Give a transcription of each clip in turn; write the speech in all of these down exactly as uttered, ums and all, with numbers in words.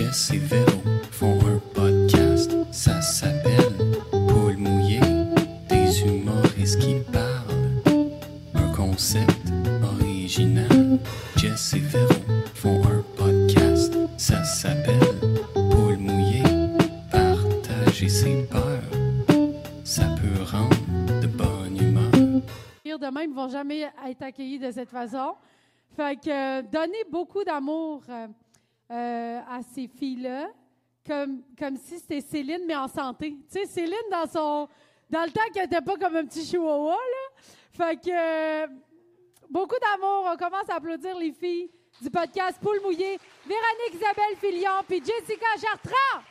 Jess et Véro font un podcast, ça s'appelle Poule mouillée, des humoristes qui parlent. Un concept original. Jess et Véro font un podcast, ça s'appelle Poule mouillée, partager ses peurs, ça peut rendre de bonne humeur. De même, ils ne vont jamais être accueillis de cette façon. Fait que euh, donnez beaucoup d'amour euh, euh, à ces filles-là, comme, comme si c'était Céline, mais en santé. Tu sais, Céline, dans son dans le temps qu'elle n'était pas comme un petit chihuahua, là. Fait que euh, beaucoup d'amour. On commence à applaudir les filles du podcast Poule mouillée. Véronique Isabelle Filion puis Jessica Chartrand.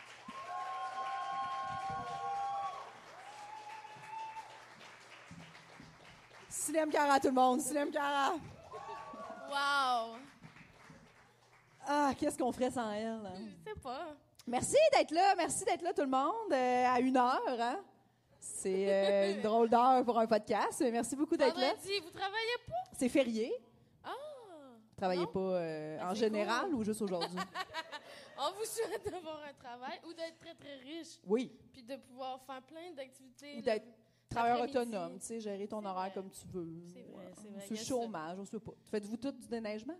Silem Cara, tout le monde. Silem Cara. Wow! Ah, qu'est-ce qu'on ferait sans elle? Hein? Je sais pas. Merci d'être là. Merci d'être là, tout le monde, euh, à une heure. Hein? C'est euh, une drôle d'heure pour un podcast. Merci beaucoup d'être là. Vendredi, vous travaillez pas? C'est férié. Ah! Vous travaillez Non? pas euh, Ben, en c'est général cool. ou juste aujourd'hui? On vous souhaite d'avoir un travail ou d'être très, très riche. Oui. Puis de pouvoir faire plein d'activités. Ou d'être le- travailleur l'après-midi. autonome, tu sais, gérer ton C'est horaire vrai. comme tu veux. C'est vrai, c'est vrai. Sur Il y le a chômage, on sait pas. Faites-vous tout du déneigement?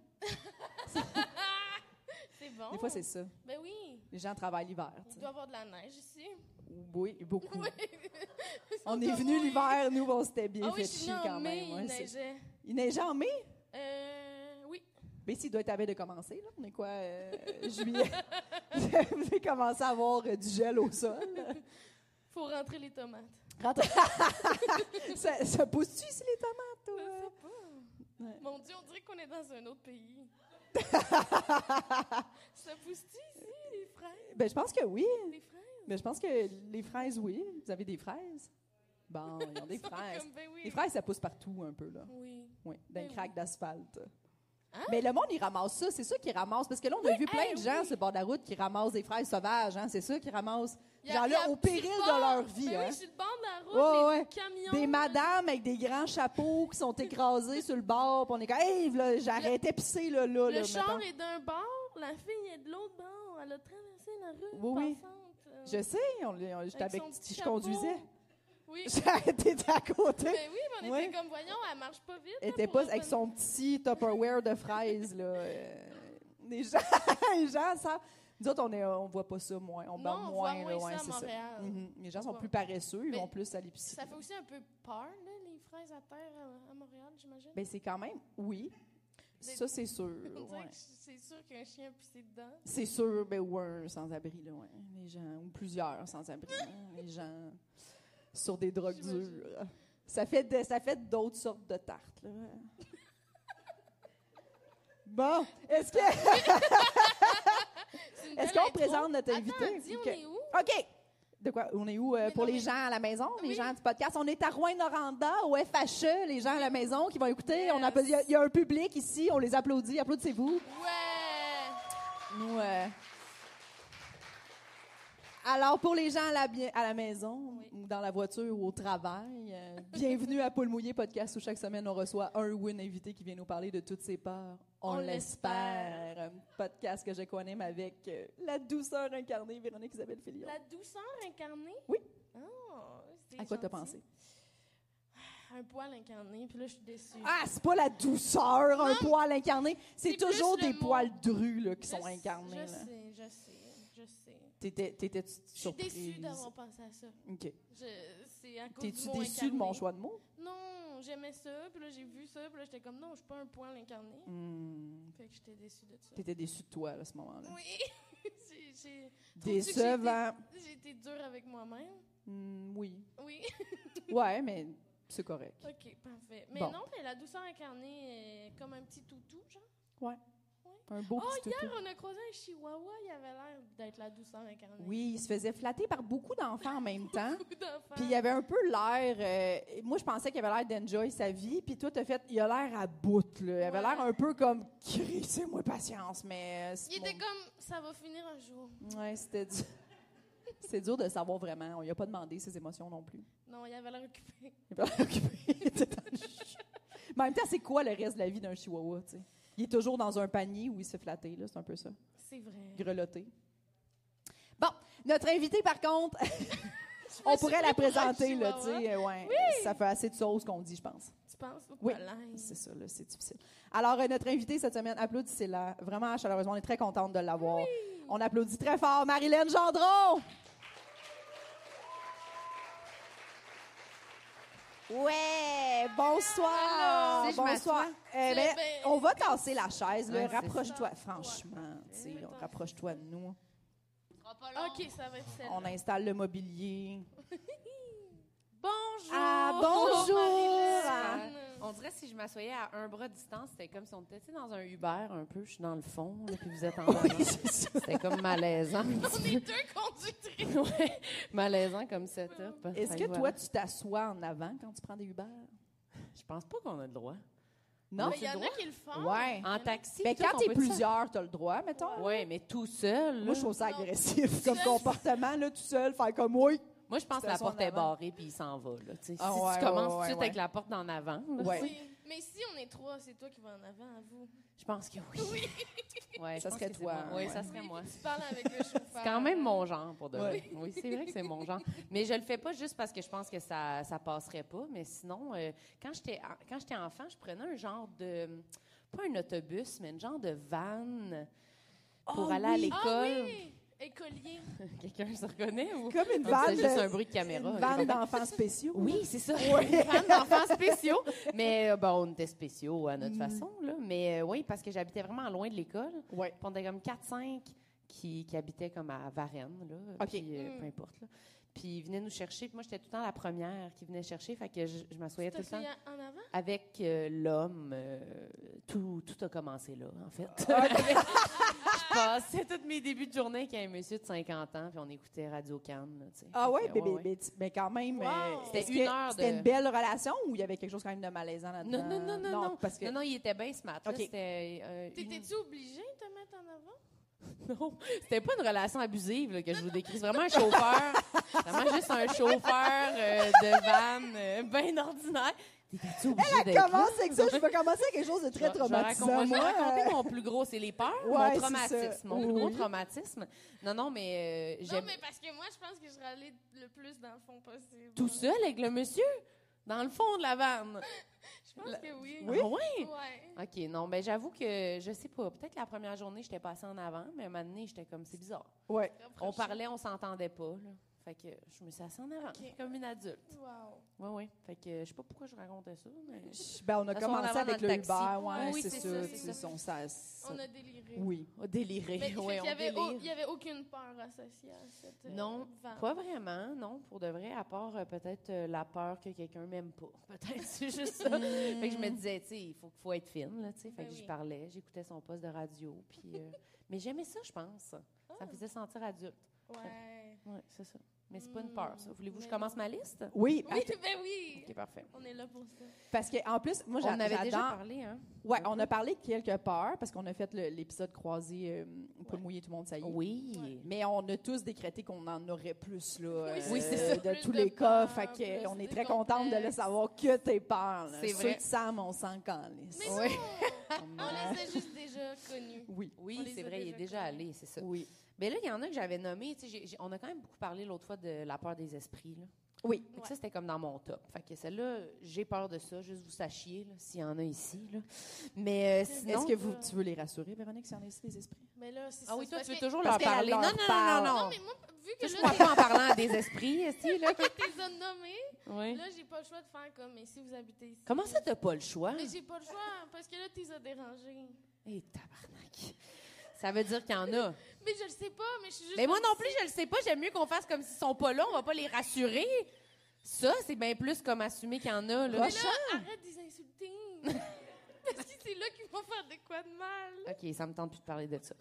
C'est bon. Des fois, c'est ça. Ben oui. Les gens travaillent l'hiver. tu Il sais. doit y avoir de la neige ici. Oui, beaucoup. Oui. On est venu l'hiver, nous, on s'était bien Ah oui, fait je suis chier venue en quand mai, même. ouais, il c'est- neigeait. Il neigeait en mai? Euh, oui. Mais s'il doit être à veille de commencer, là. On est quoi, euh, juillet? Vous avez commencé à avoir euh, du gel au sol. Faut rentrer les tomates. Rentre- ça, ça pousse-tu ici, les tomates? Je Ou, sais euh? pas. Ouais. Mon Dieu, on dirait qu'on est dans un autre pays. Ça pousse-tu ici, les fraises? Ben, je pense que oui. Les fraises? Mais je pense que les fraises, oui. Vous avez des fraises? Bon, ils ont des Ils sont fraises. comme, ben oui. Les fraises, ça pousse partout un peu, là. Oui. Oui, dans les Ben craques oui. d'asphalte. Hein? Mais le monde, il ramasse ça. C'est ça qu'ils ramassent. Parce que là, on a vu plein hey, de gens oui. sur le bord de la route qui ramassent des fraises sauvages. Hein? C'est ça qu'ils ramassent. Il y a- Genre il y a là, au un petit péril bord. de leur vie. Ben hein? oui, sur le bord de la route, Ouais, les ouais. camions. Des là. madames avec des grands chapeaux qui sont écrasés sur le bord. Puis on est comme, hey, là, j'arrêtais pisser là, là. Le là, char mettons. est d'un bord, la fille est de l'autre bord. Elle a traversé la rue Oui, oui. passante. euh, Je sais, on, on- j'étais avec avec, son petit je chapeau. conduisais. Oui. J'étais à côté. Ben oui, mais on était Ouais. comme, voyons, elle marche pas vite. Elle là, était pour pas revenir. avec son petit Tupperware de fraises, là. Euh, les gens, les gens savent. Nous autres, on ne on voit pas ça moins. On Non, bat on moins, voit là, moins ouais, ça à c'est ça. Montréal. Mhm. Les gens On sont voit. plus paresseux, ils Mais vont plus à l'épicerie. Ça fait aussi un peu peur, là, les fraises à terre à, à Montréal, j'imagine. Ben, c'est quand même, oui. Des- Ça, c'est sûr. On dirait ouais. que c'est sûr qu'un chien pissé dedans. C'est sûr, ben, ou un sans-abri, là, ouais. Les gens, ou plusieurs sans-abri. hein. Les gens sur des drogues J'imagine. dures. Ça fait, de- ça fait d'autres sortes de tartes, là. Bon, est-ce que. C'est une Est-ce belle qu'on intro. présente notre Attends, invité? dis, on Ok. est où? OK. De quoi? On est où euh, Mais pour non, les mais- gens à la maison, les Oui. gens du podcast? On est à Rouyn-Noranda, au F H E, les gens à la maison qui vont écouter. Yes. On applaudit- Il y, a- il y a un public ici, on les applaudit. Applaudissez-vous. Ouais! Nous, euh, Alors, pour les gens à la, bien- à la maison, Oui. ou dans la voiture ou au travail, euh, bienvenue à Poule mouillée podcast où chaque semaine on reçoit un ou une invité qui vient nous parler de toutes ses peurs. On, On l'espère. Un podcast que je co-anime avec euh, la douceur incarnée, Véronique Isabelle Filion. La douceur incarnée? Oui. Oh, c'est À quoi t'as gentil. pensé? Un poil incarné, puis là, je suis déçue. Ah, c'est pas la douceur, un poil incarné. C'est C'est toujours plus le des mot. poils drus là, qui Je sont sais- incarnés. Je là. sais, je sais, je sais. T'étais, t'étais Je suis surprise? déçue d'avoir pensé à ça. OK. Je, c'est à cause T'es-tu du mot déçue de incarné. mon choix de mots? Non, j'aimais ça, puis là, j'ai vu ça, puis là, j'étais comme, non, je suis pas un poil incarné. Hmm. Fait que j'étais déçue de ça. T'étais déçue de toi à ce moment-là. Oui! j'ai, j'ai, Décevant. trouves-tu que j'ai été, j'ai été dure avec moi-même? Hmm, oui. Oui. Ouais, mais c'est correct. OK, parfait. Mais Bon. non, mais la douceur incarnée est comme un petit toutou, genre. Ouais. Un beau Oh, petit hier, toutou. on a croisé un chihuahua, il avait l'air d'être la douceur incarnée. Oui, il se faisait flatter par beaucoup d'enfants en même temps. Beaucoup d'enfants. Puis il avait un peu l'air... euh, moi, je pensais qu'il avait l'air d'enjoy sa vie. Puis toi, t'as fait... Il a l'air à bout, là. Il avait Ouais. l'air un peu comme... Crissez-moi patience, mais... euh, c'est Il était mon- comme, ça va finir un jour. Ouais, c'était dur. C'est dur de savoir vraiment. On lui a pas demandé ses émotions non plus. Non, il avait l'air occupé. Il avait l'air occupé. Il était dans le ch- Mais en même temps, c'est quoi le reste de la vie d'un chihuahua, tu sais? Il est toujours dans un panier où il se fait flatter, là. C'est un peu ça. C'est vrai. Grelotté. Bon, notre invitée, par contre, on pourrait la présenter, là, tu sais. Ouais, oui. Ça fait assez de sauce qu'on dit, je pense. Tu penses? Oui, c'est ça, là, c'est difficile. Alors, euh, notre invitée cette semaine, applaudissez-la. Vraiment, chaleureusement, on est très contente de l'avoir. Oui. On applaudit très fort Marilyn Gendron! Ouais, bonsoir. Si je bonsoir. Eh ben, ben, on va tasser la chaise, là. Ouais, c'est rapproche-toi, ça. franchement. tu sais, Ouais, on- rapproche-toi de nous. OK, ça va être celle-là. On installe le mobilier. Bonjour! Ah, bonjour! Marilyn. On dirait si je m'assoyais à un bras de distance, c'était comme si on était tu sais, dans un Uber un peu. Je suis dans le fond, là, puis vous êtes en avant. C'était comme malaisant. On est deux conductrices. Ouais, malaisant comme setup. Est-ce Fait que voilà. toi, tu t'assois en avant quand tu prends des Uber? Je pense pas qu'on a le droit. Non? Mais il y en a qui le font. Ouais. En taxi, Ben, tout, quand on t'es peut plusieurs, t'as le droit, mettons. Oui, mais tout seul. là. Moi, je trouve ça Non. agressif comme Seul. comportement, là, tout seul, faire comme oui. Moi, je pense que la Station porte est en avant. barrée puis il s'en va. Là, tu sais. Ah, si ouais, tu commences ouais, tout de ouais, suite ouais. avec la porte en avant, là, Ouais. Oui. Mais si on est trois, c'est toi qui vas en avant, à vous. je pense que oui. Oui. Ouais, je Ça pense serait que c'est toi, moi. Oui, ouais. ça serait moi. Tu parles avec le chauffeur. C'est quand même mon genre, pour de Ouais. vrai. Oui, c'est vrai que c'est mon genre. Mais je le fais pas juste parce que je pense que ça ça passerait pas. Mais sinon, euh, quand j'étais en- quand j'étais enfant, je prenais un genre de pas un autobus, mais un genre de van pour Oh, aller à oui. l'école. Ah oui! Écolier. Quelqu'un se reconnaît ou Comme une Ah, vanne. c'est juste de- un bruit de caméra. Une vanne d'enfants spéciaux. Oui, c'est ça. Une vanne d'enfants spéciaux. Mais euh, bon, on était spéciaux à notre Mm. façon là. Mais euh, oui, parce que j'habitais vraiment loin de l'école. Ouais. Puis on était comme quatre cinq qui, qui habitaient comme à Varennes, là. OK. Puis, euh, Mm. peu importe, là. Puis ils venaient nous chercher. Puis moi, j'étais tout le temps la première qui venait chercher. Fait que je, je m'assoyais tout le temps en avant? avec euh, l'homme. euh, tout, tout a commencé là, en fait. Ah, Je passais tous mes débuts de journée avec un monsieur de cinquante ans. Puis on écoutait Radio-Can, là, tu sais. Ah Fait ouais, que, mais, ouais, mais, mais- mais quand même, Wow. euh, C'était est-ce une que heure C'était de- une belle relation ou il y avait quelque chose quand même de malaisant là-dedans? Non, non, non, non, non. parce que... Non, non, il était bien smart. là. OK. C'était, euh, une- T'étais-tu obligé de te mettre en avant? Non, c'était pas une relation abusive là, que je vous décris. C'est vraiment un chauffeur. Vraiment juste un chauffeur euh, de van euh, bien ordinaire. T'étais-tu obligé Elle d'être là? commence avec ça, je vais commencer avec quelque chose de très Je vais- je vais traumatisant. racon- Je vais moi, raconter euh, mon plus gros, c'est les peurs, Ouais, mon c'est traumatisme, ça. mon plus gros Oui. traumatisme. Non, non, mais euh, Non, j'aime mais parce que moi, je pense que je serais allée le plus dans le fond possible. tout seul avec le monsieur dans le fond de la vanne. Je pense que oui. Oui? Ah ouais? Ouais. OK, non, ben j'avoue que je sais pas. Peut-être que la première journée, j'étais passée en avant, mais à un moment donné, j'étais comme, c'est bizarre. Ouais. On parlait, on s'entendait pas, là. Fait que je me suis assise en avant, OK. comme une adulte. Wow. Oui, oui. Fait que je sais pas pourquoi je racontais ça, mais... Ben, on a Façon, on commencé avant avec dans le le Uber, taxi. ouais, Oui, c'est c'est ça. ça, tu c'est sais, ça. on s'a- ça- On a déliré. Oui. Oh, déliré. Mais Oui, fait qu'il y on avait, au- délire. il y avait aucune peur associée à cette euh, Non, vanne. pas vraiment, non, pour de vrai, à part euh, peut-être euh, la peur que quelqu'un m'aime pas. Peut-être, c'est juste ça. Fait que je me disais, tu sais, il faut, faut être fine, là, tu sais. Fait Ben que oui. je parlais, j'écoutais son poste de radio, puis... euh, mais j'aimais ça, je pense. Ça Ah. me faisait sentir adulte. Ouais. Oui, c'est ça. Mais c'est pas une peur, ça. Voulez-vous que je Mais commence non. ma liste? Oui, Oui, att- ben oui. OK, parfait. On est là pour ça. parce qu'en plus, moi, On j'a- en avait déjà j'adore- parlé, hein? Ouais, on a parlé de quelques peurs parce qu'on a fait le- l'épisode croisé euh, Poule mouillée, tout le monde, ça y est. Oui. Ouais. Mais on a tous décrété qu'on en aurait plus, là. Oui, euh, c'est ça. De Plus tous de les cas. peurs, Fait que, plus on est des très contente de le complexes. savoir que tes peurs. là. C'est Ceux vrai. de Sam, on s'en calisse. Mais Oui. non! On les a juste déjà connus. Oui. On Oui, les c'est a vrai, il est déjà déjà connus. allé, c'est ça. Oui. Mais là, il y en a que j'avais nommé, tu sais, j'ai- j'ai- on a quand même beaucoup parlé l'autre fois de la peur des esprits, là. Oui. Fait que Ouais. ça, c'était comme dans mon top. Fait que celle-là, j'ai peur de ça, juste vous sachiez, là, s'il y en a ici, là. Mais euh, sinon... Est-ce que vous, tu veux les rassurer, Véronique, s'il y en a ici, les esprits? Mais là, c'est Ah ça, oui, c'est toi, parce tu veux que- toujours parce leur qu'elle parler. leur Non, non, non, parle. non, non. Non, mais moi, vu que Ça, je là, crois pas en parlant des esprits, ici, là. tu les as nommés, Oui. là, j'ai pas le choix de faire comme, mais si vous habitez ici. Comment ça, t'as pas le choix? Mais j'ai pas le choix, parce que là, tu les as dérangés. Eh, tabarnak. Ça veut dire qu'il y en a. Mais je le sais pas, mais je suis juste. Mais moi comme non plus, si- je le sais pas. J'aime mieux qu'on fasse comme s'ils sont pas là. On va pas les rassurer. Ça, c'est bien plus comme assumer qu'il y en a, là. Mais là, arrête de les insulter. Parce que c'est là qu'ils vont faire de quoi de mal. OK, ça me tente plus de parler de ça.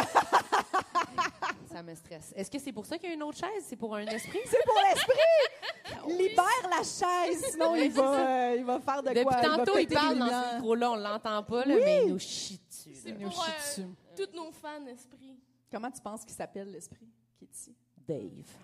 Ça me stresse. Est-ce que c'est pour ça qu'il y a une autre chaise? C'est pour un esprit? C'est pour l'esprit! Libère la chaise, sinon Oui, il, c'est va, euh, il va faire de Depuis quoi? tantôt, va il péter parle les dans lumières. ce micro-là. On l'entend pas, là, mais il nous chie dessus. C'est là. Il nous pour chie euh, dessus. tous nos fans esprits. Comment tu penses qu'il s'appelle, l'esprit, qui est ici? Dave.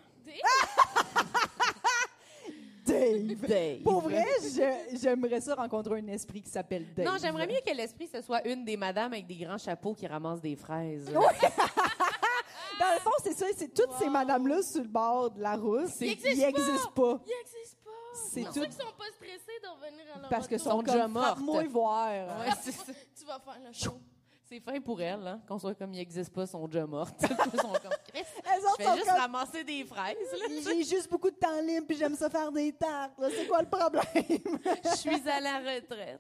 Dave! Dave. Pour vrai, je- j'aimerais ça rencontrer un esprit qui s'appelle Dave. Non, j'aimerais mieux que l'esprit, ce soit une des madames avec des grands chapeaux qui ramassent des fraises. là. Dans le fond, c'est ça. C'est toutes Wow. ces madames-là sur le bord de la rousse. Ils Ils existent n'existent pas. Il n'existe pas. C'est C'est pour tout- ça qu'ils sont pas stressés de revenir à leur Parce que retour. sont sont déjà comme mortes. frappe-moi voir. Ouais, c'est ça. Tu vas faire le show. C'est fin pour elle, hein, qu'on soit comme ils n'existent pas, sont déjà mortes. Ils sont comme Chris. Elles Je autres fais sont juste comme, ramasser des fraises, là. j'ai juste beaucoup de temps libre puis j'aime ça faire des tartes. là. C'est quoi le problème? Je suis à la retraite.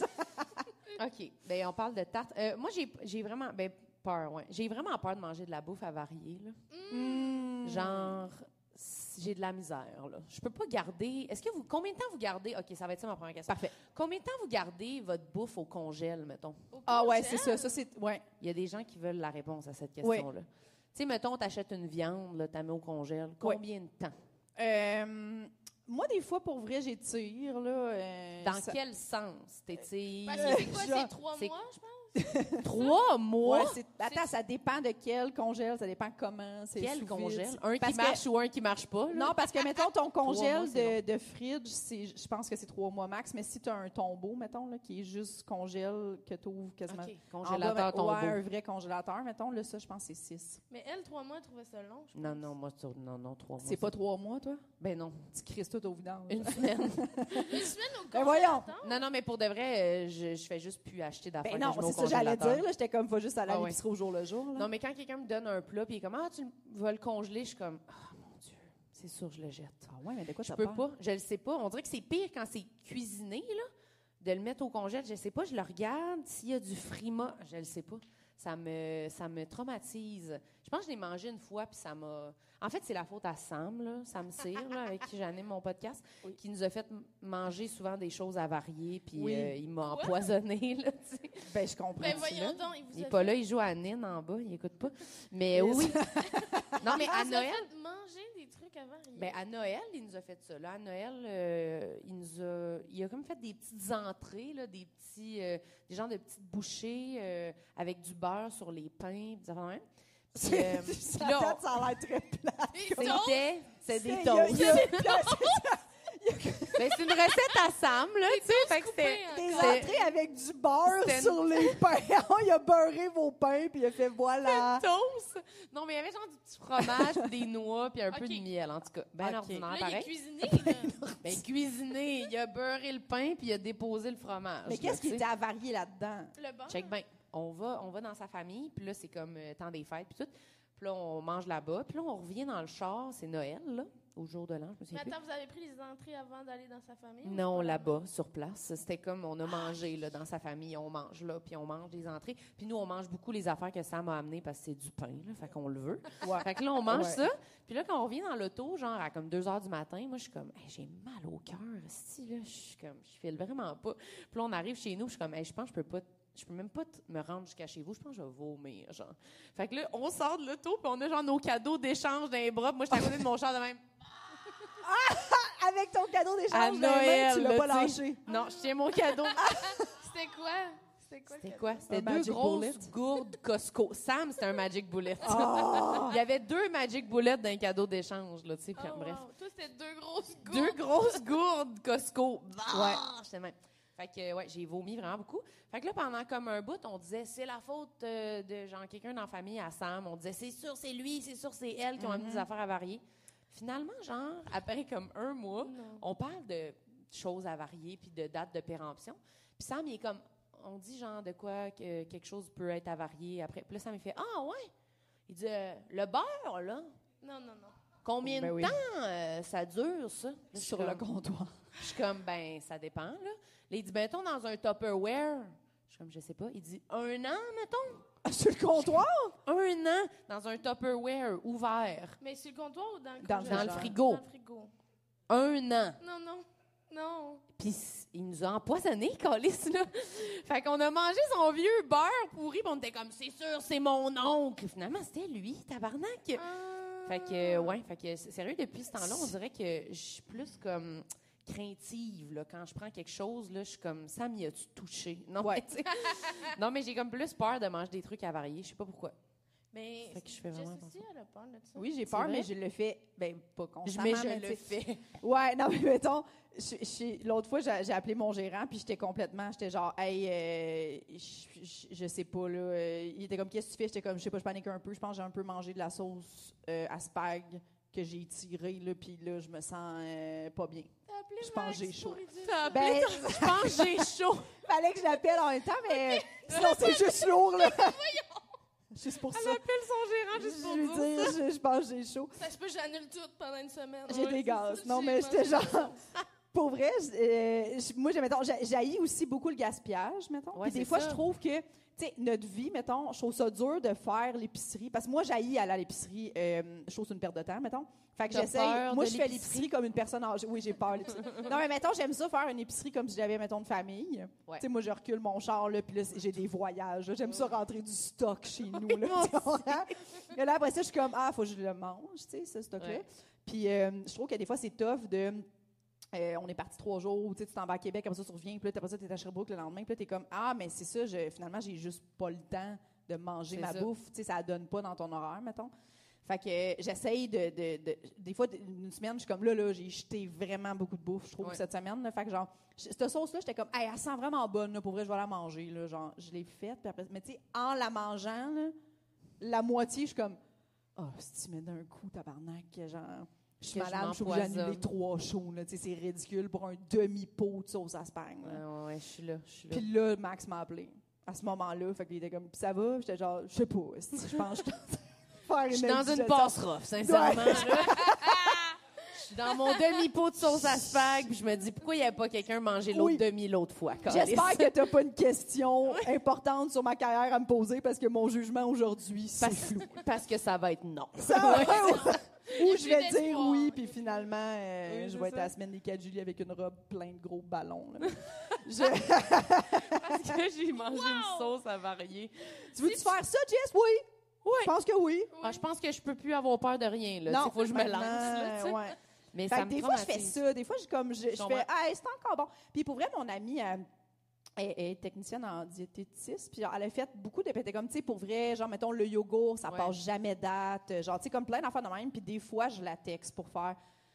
OK. Ben on parle de tartes. Euh, moi, j'ai, j'ai vraiment... Ben, peur, ouais. J'ai vraiment peur de manger de la bouffe avariée, là. Hmm. Genre, si j'ai de la misère, là. Je peux pas garder... Est-ce que vous... Combien de temps vous gardez... OK, ça va être ça ma première question. Parfait. Combien de temps vous gardez votre bouffe au congèle, mettons? Au Ah ouais, congèle. c'est ça. Ça, c'est... Ouais. Il y a des gens qui veulent la réponse à cette Oui. question-là. Tu sais, mettons, t'achètes une viande, là, t'as mis au congèle. Combien de temps? Euh, moi, des fois, pour vrai, j'étire, là. euh, Dans ça- quel sens? T'étires? Parce que c'est quoi, Genre, c'est trois c'est- mois, je pense? Trois mois? Ouais, c'est- Attends, ça dépend de quel congèle, ça dépend comment. C'est Quel sous vide. congèle? Un Parce qui que- marche ou un qui marche pas? là? Non, parce que, mettons, ton mois, congèle c'est de, de fridge, c'est, je pense que c'est trois mois max, mais si tu as un tombeau, mettons, là, qui est juste congèle, que tu ouvres quasiment. OK, en bas, congélateur mais- tombeau. Ouais, un vrai congélateur, mettons, là, ça, je pense que c'est six. Mais elle, trois mois, elle trouvait ça long, je pense. Non, non, moi, sur- non, non, trois mois. C'est pas trois mois, toi? Ben non, Tu crisses tout au vidange. une semaine. Une semaine au Ben voyons. congélateur? non, non, mais pour de vrai, euh, je, je fais juste plus acheter d'affaires Ben que non, je mets au c'est ça que j'allais congélateur. dire, là. J'étais comme, faut juste aller à Ah ouais. l'épicerie au jour le jour, là. Non, mais quand quelqu'un me donne un plat, puis il est comme, ah, tu vas le congeler, je suis comme, ah, mon Dieu, c'est sûr, je le jette. Ah ouais, mais de quoi Je t'as peux peur? pas, je le sais pas. On dirait que c'est pire quand c'est cuisiné, là, de le mettre au congèle. Je sais pas, je le regarde. S'il y a du frima, je le sais pas. Ça me, ça me traumatise. Je pense que je l'ai mangé une fois, puis ça m'a... En fait, c'est la faute à Sam, là, Sam Cyr, là, avec qui j'anime mon podcast, Oui. qui nous a fait m- manger souvent des choses avariées, puis Oui. euh, il m'a Quoi? empoisonné, là, tu sais. Ben, je comprends. Ben tu voyons là. donc, il vous Il a est pas fait- là, il joue à Nîmes en bas, il écoute pas. Mais Yes. oui. Non, mais à Il vous a Noël... fait manger des trucs avariés. Ben, à Noël, il nous a fait ça. Là. À Noël, euh, il nous a, il a comme fait des petites entrées, là, des petits, euh, des genres de petites bouchées euh, avec du beurre sur les pains, des affaires de même. Puis, euh, puis Sa là, tête, ça a l'air très plat. Des toasts? c'était, c'est des Il y a- il toasts. y a- Ben, c'est une recette à Sam, là, tu sais. Fait que c'était, coupés, Des encore. c'est- entrées avec du beurre C'était- sur les pains. Il a beurré vos pains, puis il a fait voilà. toast. Non, mais il y avait genre du petit fromage, puis des noix, puis un peu Ok. de miel, en tout cas. Ben Ok. ordinaire, Là, il est pareil. cuisiné, là. Ben, cuisiné, il a beurré le pain, puis il a déposé le fromage. Mais là, qu'est-ce qui tu sais. était avarié là-dedans? Le beurre. Check bien. On va, on va dans sa famille, puis là, c'est comme euh, temps des fêtes, puis tout. Puis là, on mange là-bas. Puis là, on revient dans le char. C'est Noël, là, au jour de l'an, je me Mais souviens plus. attends, vous avez pris les entrées avant d'aller dans sa famille? ou Non, c'est pas là-bas, sur place. C'était comme, on a mangé, là, dans sa famille. On mange là, puis on mange des entrées. Puis nous, on mange beaucoup les affaires que Sam a amenées parce que c'est du pain, là, fait qu'on le veut. Ouais. Fait que là, on mange Ouais. ça. Puis là, quand on revient dans l'auto, genre à comme deux heures du matin, moi, je suis comme, Hey, j'ai mal au cœur, si là, je suis comme, je file vraiment pas. Puis là, on arrive chez nous, je suis comme, Hey, je pense que je peux pas, je peux même pas t- me rendre jusqu'à chez vous. Je pense que je vais vomir, genre. Fait que là, on sort de l'auto, puis on a genre nos cadeaux d'échange dans les bras. Puis moi, j'étais à côté de mon char de même. Avec ton cadeau À d'échange, dans les mains, Noël, tu l'as pas là, tu sais. lâché. Non, je tiens mon cadeau. C'était quoi? C'était quoi? le C'était cadeau? quoi? C'était Un deux Magic grosses Bullet. gourdes Costco. Sam, c'était un Magic Bullet. Ah! Il y avait deux Magic Bullets dans un cadeau d'échange, là, tu sais. puis Oh, bref. wow. Toi, c'était deux grosses gourdes. Deux grosses gourdes Costco. Ouais. J'étais même. Fait que, ouais, j'ai vomi vraiment beaucoup. Fait que là, pendant comme un bout, on disait, c'est la faute euh, de, genre, quelqu'un dans la famille à Sam. On disait, c'est sûr, c'est lui, c'est sûr, c'est elle qui ont amené des affaires avariées. Finalement, genre, après comme un mois, Non. on parle de choses avariées puis de dates de péremption. Puis Sam, il est comme, on dit genre de quoi que quelque chose peut être avarié après. Puis là, Sam, il fait, ah ouais. Il dit, euh, le beurre, là, Non, non, non. combien Ben de oui. temps euh, ça dure, ça? Là, je suis Sur le comme- comptoir. je suis comme, ben, ça dépend, là. Là, il dit, mettons, dans un Tupperware. Je suis comme, je sais pas. Il dit, un an, mettons? Sur le comptoir? Un an dans un Tupperware ouvert. Mais sur le comptoir ou dans le Dans le- congélateur? dans le frigo. Dans le frigo. Un an. Non, non. Non. Puis c- il nous a empoisonnés, Calis, là. Fait qu'on a mangé son vieux beurre pourri, puis on était comme, c'est sûr, c'est mon oncle. Finalement, c'était lui, tabarnak. Ah. Fait que, euh, ouais, fait que, s- sérieux, depuis ce temps-là, on dirait que je suis plus comme craintive, là. Quand je prends quelque chose, là, je suis comme, Sam, y a-tu touché? Non, Ouais. mais, tu sais, non, mais j'ai comme plus peur de manger des trucs avariés. Je sais pas pourquoi. Ben, Fait que je fais vraiment Jess aussi, elle a peur de ça. Oui, j'ai C'est peur, vrai? mais je le fais, ben pas constamment. Mais je mais le tu sais- fais. Ouais, non, mais mettons, je- je- l'autre fois, j'ai j'ai appelé mon gérant, puis j'étais complètement, j'étais genre, hey, euh, je, je- je sais pas, là. euh, il était comme, qu'est-ce que tu fais? J'étais comme, je sais pas, je panique un peu. Je pense que j'ai un peu mangé de la sauce euh, à spag que j'ai tirée, là, puis là, je me sens euh, pas bien. T'as appelé Je pense Max que j'ai chaud. pour lui dire T'as ça. appelé Ben, ton- Je pense que j'ai chaud. fallait que je l'appelle en même temps, mais sinon, c'est juste lourd, là. Juste pour ça. Elle appelle son gérant juste pour Je veux dire dire, ça. je, je pense que j'ai chaud. Ça se peut, j'annule tout pendant une semaine. J'ai Ouais, des c'est gaz. ça, Non, j'ai mais mangé j'étais des genre... choses. Pour vrai, je- euh, je- moi, j'ai, mettons, j'a- j'haïs aussi beaucoup le gaspillage, mettons. Ouais, Puis des c'est fois, ça. je trouve que, tu sais, notre vie, mettons, je trouve ça dur de faire l'épicerie. Parce que moi, j'haïs aller à l'épicerie. Euh, je trouve c'est une perte de temps, mettons. Fait que T'as j'essaye. peur Moi, de je fais l'épicerie? l'épicerie comme une personne âgée. Oui, j'ai peur de l'épicerie. Non, mais mettons, j'aime ça faire une épicerie comme si j'avais, mettons, une famille. Ouais. Tu sais, moi, je recule mon char, là, puis là, j'ai des voyages. là. J'aime ça rentrer du stock chez nous, là. moi tu comprends? Et là, après ça, je suis comme, ah, faut que je le mange, tu sais, ce stock-là. Ouais. Puis euh, je trouve que des fois, c'est tough de... Euh, on est parti trois jours, tu sais, tu t'en vas à Québec, après ça, tu reviens, puis là, après ça, tu es à Sherbrooke le lendemain, puis là, tu es comme, ah, mais c'est ça, je, finalement, j'ai juste pas le temps de manger C'est ma ça. bouffe, tu sais, ça donne pas dans ton horaire, mettons. Fait que euh, j'essaye de, de, de- Des fois, une semaine, je suis comme, là, là, j'ai jeté vraiment beaucoup de bouffe, je trouve, Ouais. cette semaine, là. Fait que genre, je- cette sauce-là, j'étais comme, hey, elle sent vraiment bonne, là, pour vrai, je vais la manger, là. Genre, je l'ai faite, puis après, mais tu sais, en la mangeant, là, la moitié, je suis comme, oh, si tu mets d'un coup, tabarnak, genre. Je suis Que je malade, je suis obligée d'annuler m'empoisonne. trois shows. Là. Tu sais, c'est ridicule pour un demi-pot de sauce à spag. Ouais, là. ouais, ouais, je suis là, je suis là. Puis là, Max m'a appelé. À ce moment-là, fait qu'il était comme, puis ça va? Puis j'étais genre, je sais pas. esti, Je pense que je suis en train de faire une Je suis dans une indigestion. passe rough, sincèrement. là. Je suis dans mon demi-pot de sauce à spag, puis je me dis, pourquoi il n'y avait pas quelqu'un manger l'autre Oui. demi l'autre fois? J'espère que t'as pas une question importante sur ma carrière à me poser parce que mon jugement aujourd'hui, c'est Parce, flou. parce que ça va être non. Ça, ou Il y a je plus vais dire d'espoir. oui, puis finalement, euh, Oui, je c'est vais être ça. à la semaine des quatre juillet avec une robe pleine de gros ballons. là. Je- Parce que j'ai mangé une sauce à varier. Tu veux-tu faire ça, Jess? Oui. Oui. Je pense que oui. Ah, je pense que je peux plus avoir peur de rien. Là. Il faut que je me lance. Là, tu sais. ouais. Mais Fait ça que me des fois, je fais traumatise. ça. Des fois, je, comme, je, je comprends. fais « Ah, c'est encore bon. » Puis pour vrai, mon amie, elle, elle- elle est technicienne en diététiste. Puis genre, elle a fait beaucoup de... Puis elle était comme, tu sais, pour vrai, genre, mettons, le yogourt, ça Ouais. passe jamais date. Genre, tu sais, comme plein d'affaires de même. Puis des fois, je la texte pour faire...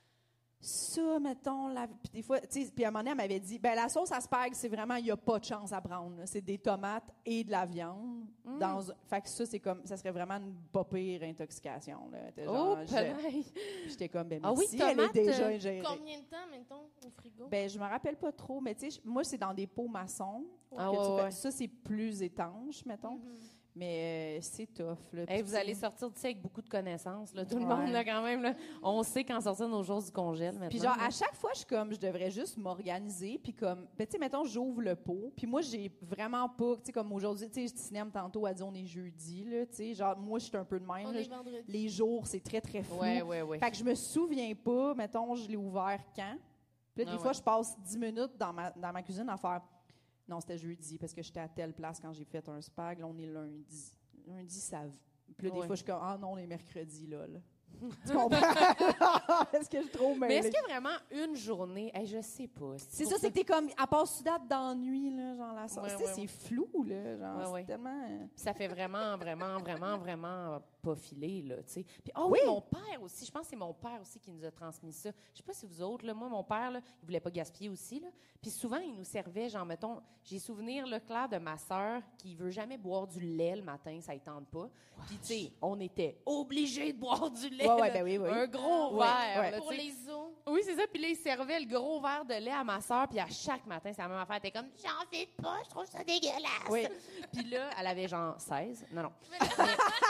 Ça, mettons, la... puis des fois, tu sais, puis à un moment donné, elle m'avait dit, ben la sauce à spag, c'est vraiment, il n'y a pas de chance à prendre. là. C'est des tomates et de la viande. Mm. Dans... Fait que ça, c'est comme, ça serait vraiment une pas pire intoxication. Là. T'es Oh, genre, je- pareil. J'étais comme, ben Ah oui, merci, elle est tomate, déjà euh, ingérée. Combien de temps, mettons, au frigo? Ben, je me rappelle pas trop, mais tu sais, je- moi, c'est dans des pots maçons. Ah que tu ouais, fais- ouais. Ça, c'est plus étanche, mettons. Mhm. Mais euh, c'est tough. Là. Hey, Puis, vous tu allez sais, sortir d'ici avec beaucoup de connaissances. Là. Tout le Ouais. monde, là, quand même. Là, on sait quand sortir nos jours du congèle maintenant. Puis genre, là. à chaque fois, je suis comme, je devrais juste m'organiser, puis comme, ben tu sais, mettons, j'ouvre le pot, puis moi, j'ai vraiment pas, tu sais, comme aujourd'hui, tu sais, Cinéma tantôt a dit, on est jeudi, là, tu sais, genre, moi, je suis un peu de même, On là, est je- vendredi. les jours, c'est très, très flou. Ouais, ouais, ouais. Fait que je me souviens pas, mettons, je l'ai ouvert quand. Puis là, des Ah fois, ouais. je passe dix minutes dans ma, dans ma cuisine à faire, non, c'était jeudi, parce que j'étais à telle place quand j'ai fait un spag, là, on est lundi. Lundi, ça... Puis là, des Ouais. fois, je suis comme, ah non, on est mercredi, là, là. Tu comprends? Est-ce que je suis trop Mais mêlée? est-ce qu'il y a vraiment une journée? Hey, je sais pas. C'est ça, c'est que t'es comme, à part date d'ennui, là, genre la sauce. Ouais, Tu sais, ouais, c'est ouais. flou, là, genre, Ouais, c'est ouais. tellement... euh, Ça fait vraiment, vraiment, vraiment, vraiment pas filer, là, tu sais. Puis, ah oui, Oui. mon père aussi, je pense que c'est mon père aussi qui nous a transmis ça. Je sais pas si vous autres, là, moi, mon père, là, il voulait pas gaspiller aussi, là. Puis souvent, il nous servait, genre, mettons, j'ai souvenir, là, clair, de ma sœur qui veut jamais boire du lait le matin, ça ne tente pas. Puis, tu sais, on était obligés de boire du lait, Ouais, ouais, là. ben oui, oui. Un gros Ouais, verre, ouais. là, Pour tu sais. les os. Oui, c'est ça. Puis là, il servait le gros verre de lait à ma sœur. Puis à chaque matin, c'est la même affaire. Elle était comme, j'en fais pas, je trouve ça dégueulasse. Oui. Puis là, elle avait genre seize. Non, non. Mais-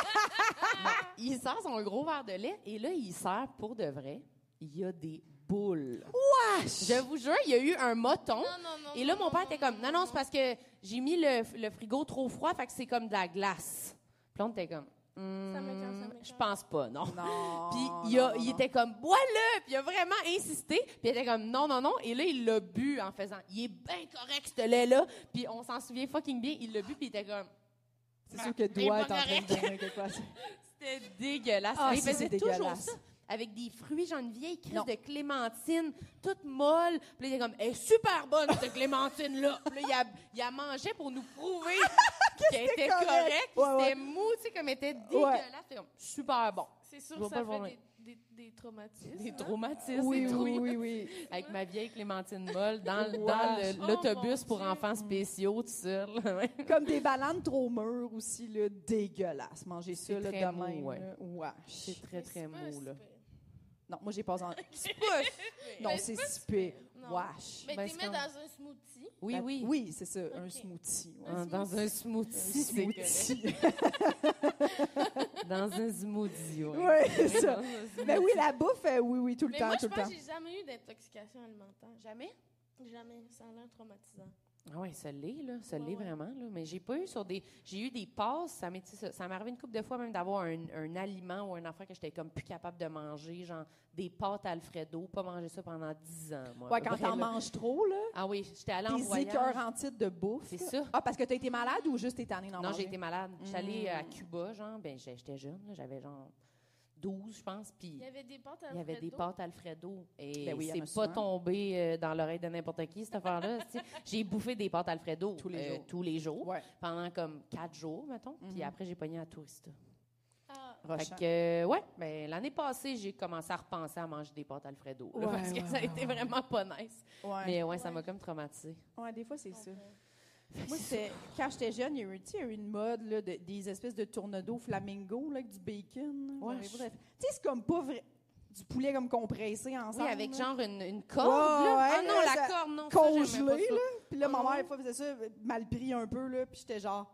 non, il sert son gros verre de lait. Et là, il sert pour de vrai. Il y a des boules. Wesh! Je vous jure, il y a eu un moton. Non, non, non. Et là, non, mon père non, était comme, non, non, c'est parce que j'ai mis le, le frigo trop froid, fait que c'est comme de la glace. Puis là, on était comme, Ça m'écoeure, ça Hmm, m'écoeure. je pense pas, non. Non. Puis non, il, a- non, il non. était comme, bois-le! Puis il a vraiment insisté. Puis il était comme, non, non, non. Et là, il l'a bu en faisant, il est bien correct, ce lait-là. Puis on s'en souvient fucking bien. Il l'a bu, puis il était comme, C'est sûr que Il est doigt pas est en train de correct. donner quelque chose. c'était dégueulasse. Ah, Mais il ça, faisait c'est toujours dégueulasse. ça. Avec des fruits, genre une vieille crise Non. de clémentine, toute molle. Puis là, il était comme, elle est super bonne, cette clémentine-là. Puis là, il a, il a mangé pour nous prouver qu'elle était correct? correcte, puis Ouais, ouais. c'était mou, tu sais, comme elle était dégueulasse. C'était comme super bon. C'est sûr Je que vois pas ça le fait problème. des, des, des traumatismes. Des hein? traumatismes Oui, et tout. oui, oui, oui. Avec ma vieille Clémentine Molle dans, Ouais. dans le- Oh, l'autobus mon pour Dieu. enfants spéciaux, tout seul. Ouais. Comme des bananes trop mûres aussi, là, dégueulasse. Manger ça, C'est là, très de mou, même. ouais. là. Ouais. C'est très, Mais très c'est pas mou, si là. pire. Non, moi, j'ai pas en... C'est pas... Non, Mais c'est pas si si pire. Non. Wesh. Mais Ben, tu c'est mets comme- dans un smoothie. Oui, oui. Oui, c'est ça, un Ok. smoothie. ouais. Un Ah, Dans un smoothie, c'est correct. smoothie. Dans un smoothie, oui. Oui, c'est ça. Dans un smoothie. Mais oui, la bouffe, euh, oui, oui, tout le Mais temps, moi, tout je le pense temps. que j'ai jamais eu d'intoxication alimentaire. Jamais? Jamais. Ça a l'air traumatisant. Ah oui, ça l'est, là. Ça Ouais, l'est ouais. vraiment, là. Mais j'ai pas eu sur des... J'ai eu des passes, ça m'est ça, ça m'est arrivé une couple de fois même d'avoir un, un aliment ou un affaire que j'étais comme plus capable de manger, genre des pâtes Alfredo, pas manger ça pendant dix ans, moi. Ouais, à peu quand près, t'en là. manges trop, là, Ah oui, j'étais allée en des voyage. écœurs en titre de bouffe. C'est ça. Ah, parce que t'as été malade ou juste t'es tanné d'en Non, manger? j'ai été malade. J'étais allée à Mm. Cuba, genre, ben j'ai- j'étais jeune, là, j'avais genre douze, je pense, puis Il y avait des pâtes à il y avait des Alfredo. pâtes Alfredo. Et Ben oui, il y en a c'est pas souvent. tombé euh, dans l'oreille de n'importe qui, cette affaire-là. tu sais. J'ai bouffé des pâtes Alfredo Tous les euh, jours. tous les jours, Ouais. pendant comme quatre jours, mettons. Puis Mhm. après, j'ai pogné à Tourista. Ah, Fait Rochant. que, euh, ouais, ben, l'année passée, j'ai commencé à repenser à manger des pâtes Alfredo. là, Ouais, parce que ouais, ça a ouais, été ouais. vraiment pas nice. Ouais. Mais ouais, ça Ouais. m'a comme traumatisé. Ouais, des fois, c'est je ça. comprends. Moi, c'était, quand j'étais jeune, il y a eu, tu sais, il y a eu une mode là, de- des espèces de tournedos flamingo là, avec du bacon. là. Ouais, J'aurais je- pas de- Tu sais, c'est comme pas vrai. Du poulet comme compressé ensemble. Oui, avec là. genre une, une corde, Ouais, là. ouais, ah non, là, la ça- corde, non, ça, j'aimais pas Congelé, ça. là. Puis là, ma Ah mère, ouais? des fois, faisait ça, mal pris un peu, là. Puis j'étais genre,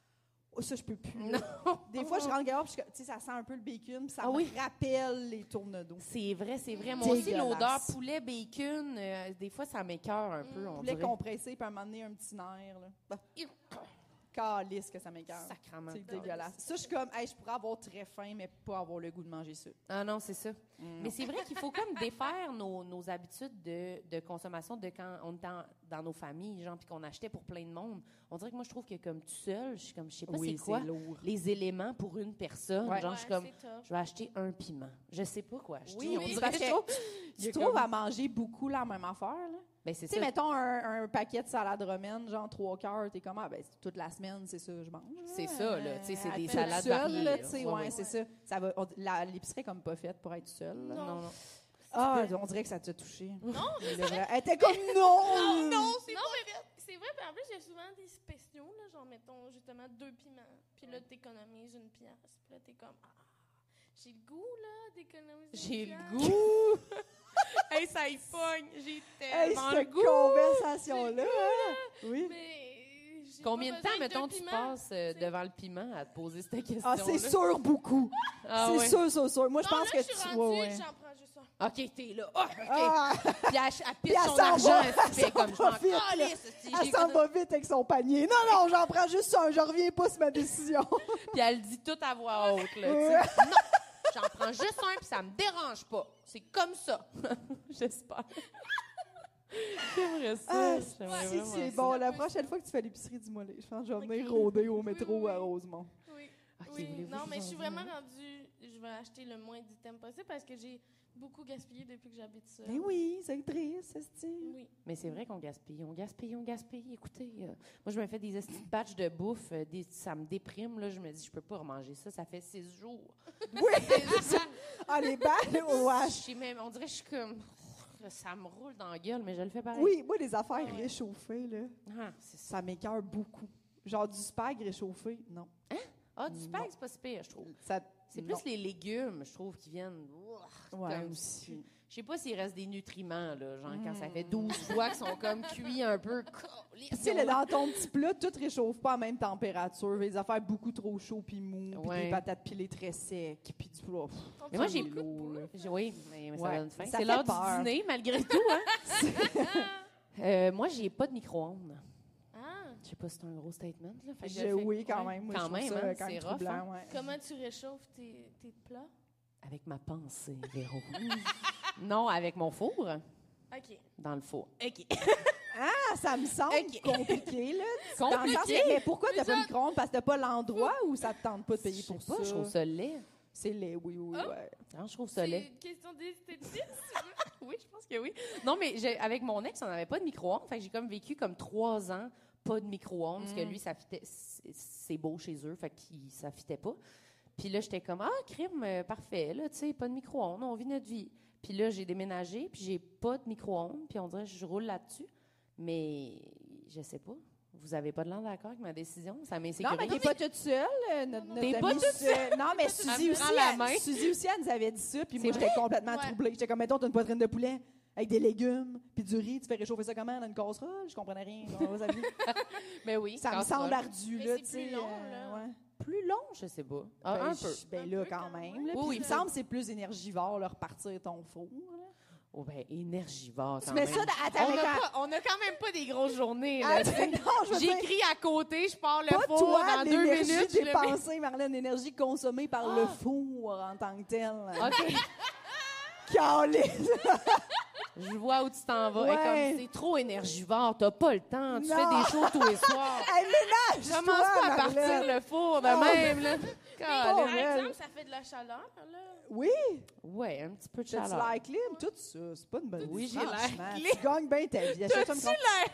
oh, ça, je peux plus. là. Non. Des fois, je rentre dehors, puis je- tu sais, ça sent un peu le bacon, puis ça Ah me oui? rappelle les tournedos. C'est vrai, c'est vrai. Moi aussi, Dégueulasse. l'odeur poulet, bacon, euh, des fois, ça m'écoeure un peu, on Poulet dirait. compressé, puis à un moment donné, un petit nerf, là. Bah, calisse que ça m'écoeure. Sacrement. C'est dégueulasse. Ça, je suis comme, hey, je pourrais avoir très faim, mais pas avoir le goût de manger ça. Ah non, c'est ça. Mais c'est vrai qu'il faut comme défaire nos, nos habitudes de, de consommation de quand on était en- dans nos familles, genre, puis qu'on achetait pour plein de monde. On dirait que moi, je trouve que comme tout seul, je suis comme, je sais pas Oui, c'est quoi lourd. les éléments pour une personne. Ouais. Genre, je suis comme, c'est tough. je vais acheter un piment. Je sais pas quoi acheter. Oui, on oui, dirait parce que que je trouve- tu il y a trouves comme- à manger beaucoup la même affaire, là? Ben, c'est Tu sais, ça. mettons un, un paquet de salade romaine, genre trois cœurs, t'es comme, ah, ben, c'est toute la semaine, c'est ça, je mange. C'est ça, là. Tu sais, c'est Euh, des toute salades seule, variées, là, là. tu sais, Ouais, ouais, ouais. c'est ça. ça va, on- la- l'épicerie est comme pas faite pour être seule. là. Non. Non, non. Ah, on dirait que ça t'a touché. Non, Le vrai- Elle était comme, non! non, c'est non, mais c'est vrai. Puis en plus, il y a souvent des spéciaux, là, genre, mettons, justement, deux piments. Puis là, t'économises une pièce. Puis là, t'es comme, ah, j'ai le goût, là, d'économiser J'ai une pièce. le goût. Hey, ça y pogne. J'ai Hey, tellement le cette goût. conversation-là! Oui. Mais j'ai Combien pas de temps, besoin mettons, deux tu piments. passes euh, tu sais. devant le piment à te poser cette question Ah, c'est sûr, beaucoup. Ah, c'est ouais. sûr, sûr, sûr. Moi, je Non, pense là, que je suis tu. rendue, ouais, ouais. j'en prends juste un. OK, t'es là. Ah, OK. Ah, Puis elle, elle Puis pisse elle son s'en argent. va, Elle elle fait comme, je s'en m'en va vite, là. calisse, si elle j'ai s'en connu- va vite avec son panier. Non, non, j'en prends juste un. Je reviens pas sur ma décision. Puis elle dit tout à voix haute, là. tu sais. Ouais. Non, j'en prends juste un, puis ça me dérange pas. C'est comme ça. J'espère. J'aimerais ça. Ah, J'aimerais si, vraiment c'est ça. bon. La prochaine fois que tu fais l'épicerie du Mollet, je pense que je vais venir rôder au métro Oui, oui. à Rosemont. Oui. Ok, oui. voulez-vous Non, que mais je je suis vous en vraiment dise? rendue. Je vais acheter le moins d'items possible parce que j'ai beaucoup gaspillé depuis que j'habite seule. Ben oui, c'est triste, c'est Oui. Mais c'est vrai qu'on gaspille, on gaspille, on gaspille. Écoutez, euh, moi, je me fais des esti de batchs de bouffe, euh, des- ça me déprime, là. Je me dis, je peux pas remanger ça, ça fait six jours. Oui, ah, les balles, Je ouais. suis même, on dirait que je suis comme, ça me roule dans la gueule, mais je le fais pareil. Oui, moi, les affaires Ah ouais. réchauffées, là, Ah, c'est ça. ça m'écoeure beaucoup. Genre du spag réchauffé, non. Ah, du spag, Non. c'est pas si pire, je trouve. Ça, C'est non. plus les légumes, je trouve, qui viennent. ouah, Ouais, comme- aussi. Je sais pas s'il reste des nutriments, là, genre quand ça Mm. fait douze fois qu'ils sont comme cuits un peu. Puis tu sais, là, dans ton petit plat, tout réchauffe pas à la même température. Les affaires beaucoup trop chauds puis mous, puis Ouais. des patates pilées très secs, puis du plat. pff, Mais moi, c'est j'ai- lourd, là. J'ai- Oui, mais, mais ça Ouais, donne faim. ça C'est fait l'heure du peur. dîner, malgré tout. Hein? Euh, moi, j'ai pas de micro-ondes. Ah, Je sais pas si c'est un gros statement. Là. Fait que Je- je le fais- oui, quand ouais. même. Moi, Quand je trouve même, ça hein, quand même c'est rough, troublant, hein. ouais. comment tu réchauffes tes, tes plats? Avec ma pensée, Véro. Non, avec mon four. OK. Dans le four. OK. Ah, ça me semble Ok. compliqué, là. Dans le sens Compliqué? que- mais pourquoi t'as Mais pas ça- de micro-ondes? Parce que t'as pas l'endroit ou ça te tente pas de payer Je sais pour pas, ça? je trouve ça laid. C'est laid, oui, oui, Ah. ouais. Non, je trouve ça C'est laid. une question d'esthétique. Oui, je pense que oui. Non, mais j'ai- avec mon ex, on n'avait pas de micro-ondes. Fait que j'ai comme vécu comme trois ans pas de micro-ondes, parce que Mm. lui, ça fitait, c'est c'est beau chez eux, fait que ça fitait pas. Puis là, j'étais comme, ah, crime, euh, parfait, là, tu sais, pas de micro-ondes, on vit notre vie. Puis là, j'ai déménagé, puis j'ai pas de micro-ondes, puis on dirait que je roule là-dessus. Mais je sais pas. Vous avez pas de l'air d'accord avec ma décision? Ça Non, m'insécurise. mais t'es pas toute seule. euh, Notre, notre T'es pas amie toute Su- Non, mais Suzy Elle me aussi, prend la elle, main. Suzy aussi, elle nous avait dit ça, puis moi, C'est j'étais complètement Ouais. troublée. J'étais comme, mettons, t'as une poitrine de poulet avec des légumes, puis du riz, tu fais réchauffer ça comment dans une casserole? Je comprenais rien. On va s'amuser. Mais oui. Ça me casserole. semble ardu, Mais là, c'est tu sais. plus long, euh, là. ouais. Plus long, je sais pas. Ah, Ben, un je- peu. Ben Un là, peu, quand quand même. même. là. Oui, Puis oui, il me ça- semble que c'est plus énergivore, là, repartir ton four. là. Oh, ben, énergivore. Tu quand mets même. ça dans... Attends, On mais a, quand... pas- on a quand même pas des grosses journées. Ah, Là, tu sais. non, je veux dire, J'écris à côté, je pars le pas four toi, dans deux l'énergie minutes. je le mets- dépensée, Marlène, l'énergie consommée par le four en tant que tel. OK. Calisse. Je vois où tu t'en vas. Ouais. Et comme c'est trop énergivore, t'as pas le temps. Tu Non. fais des shows tous les soirs. Hey, ménage, Commence pas à partir le four de Non. même, là. Oh, Par Calais. elle. exemple, ça fait de la chaleur, là. Oui, Ouais, un petit peu de tu chaleur. l'air clim, tout ça. C'est pas une bonne Oui, j'ai Franchement, l'air Tu clim. gagnes bien ta vie. Achète-toi une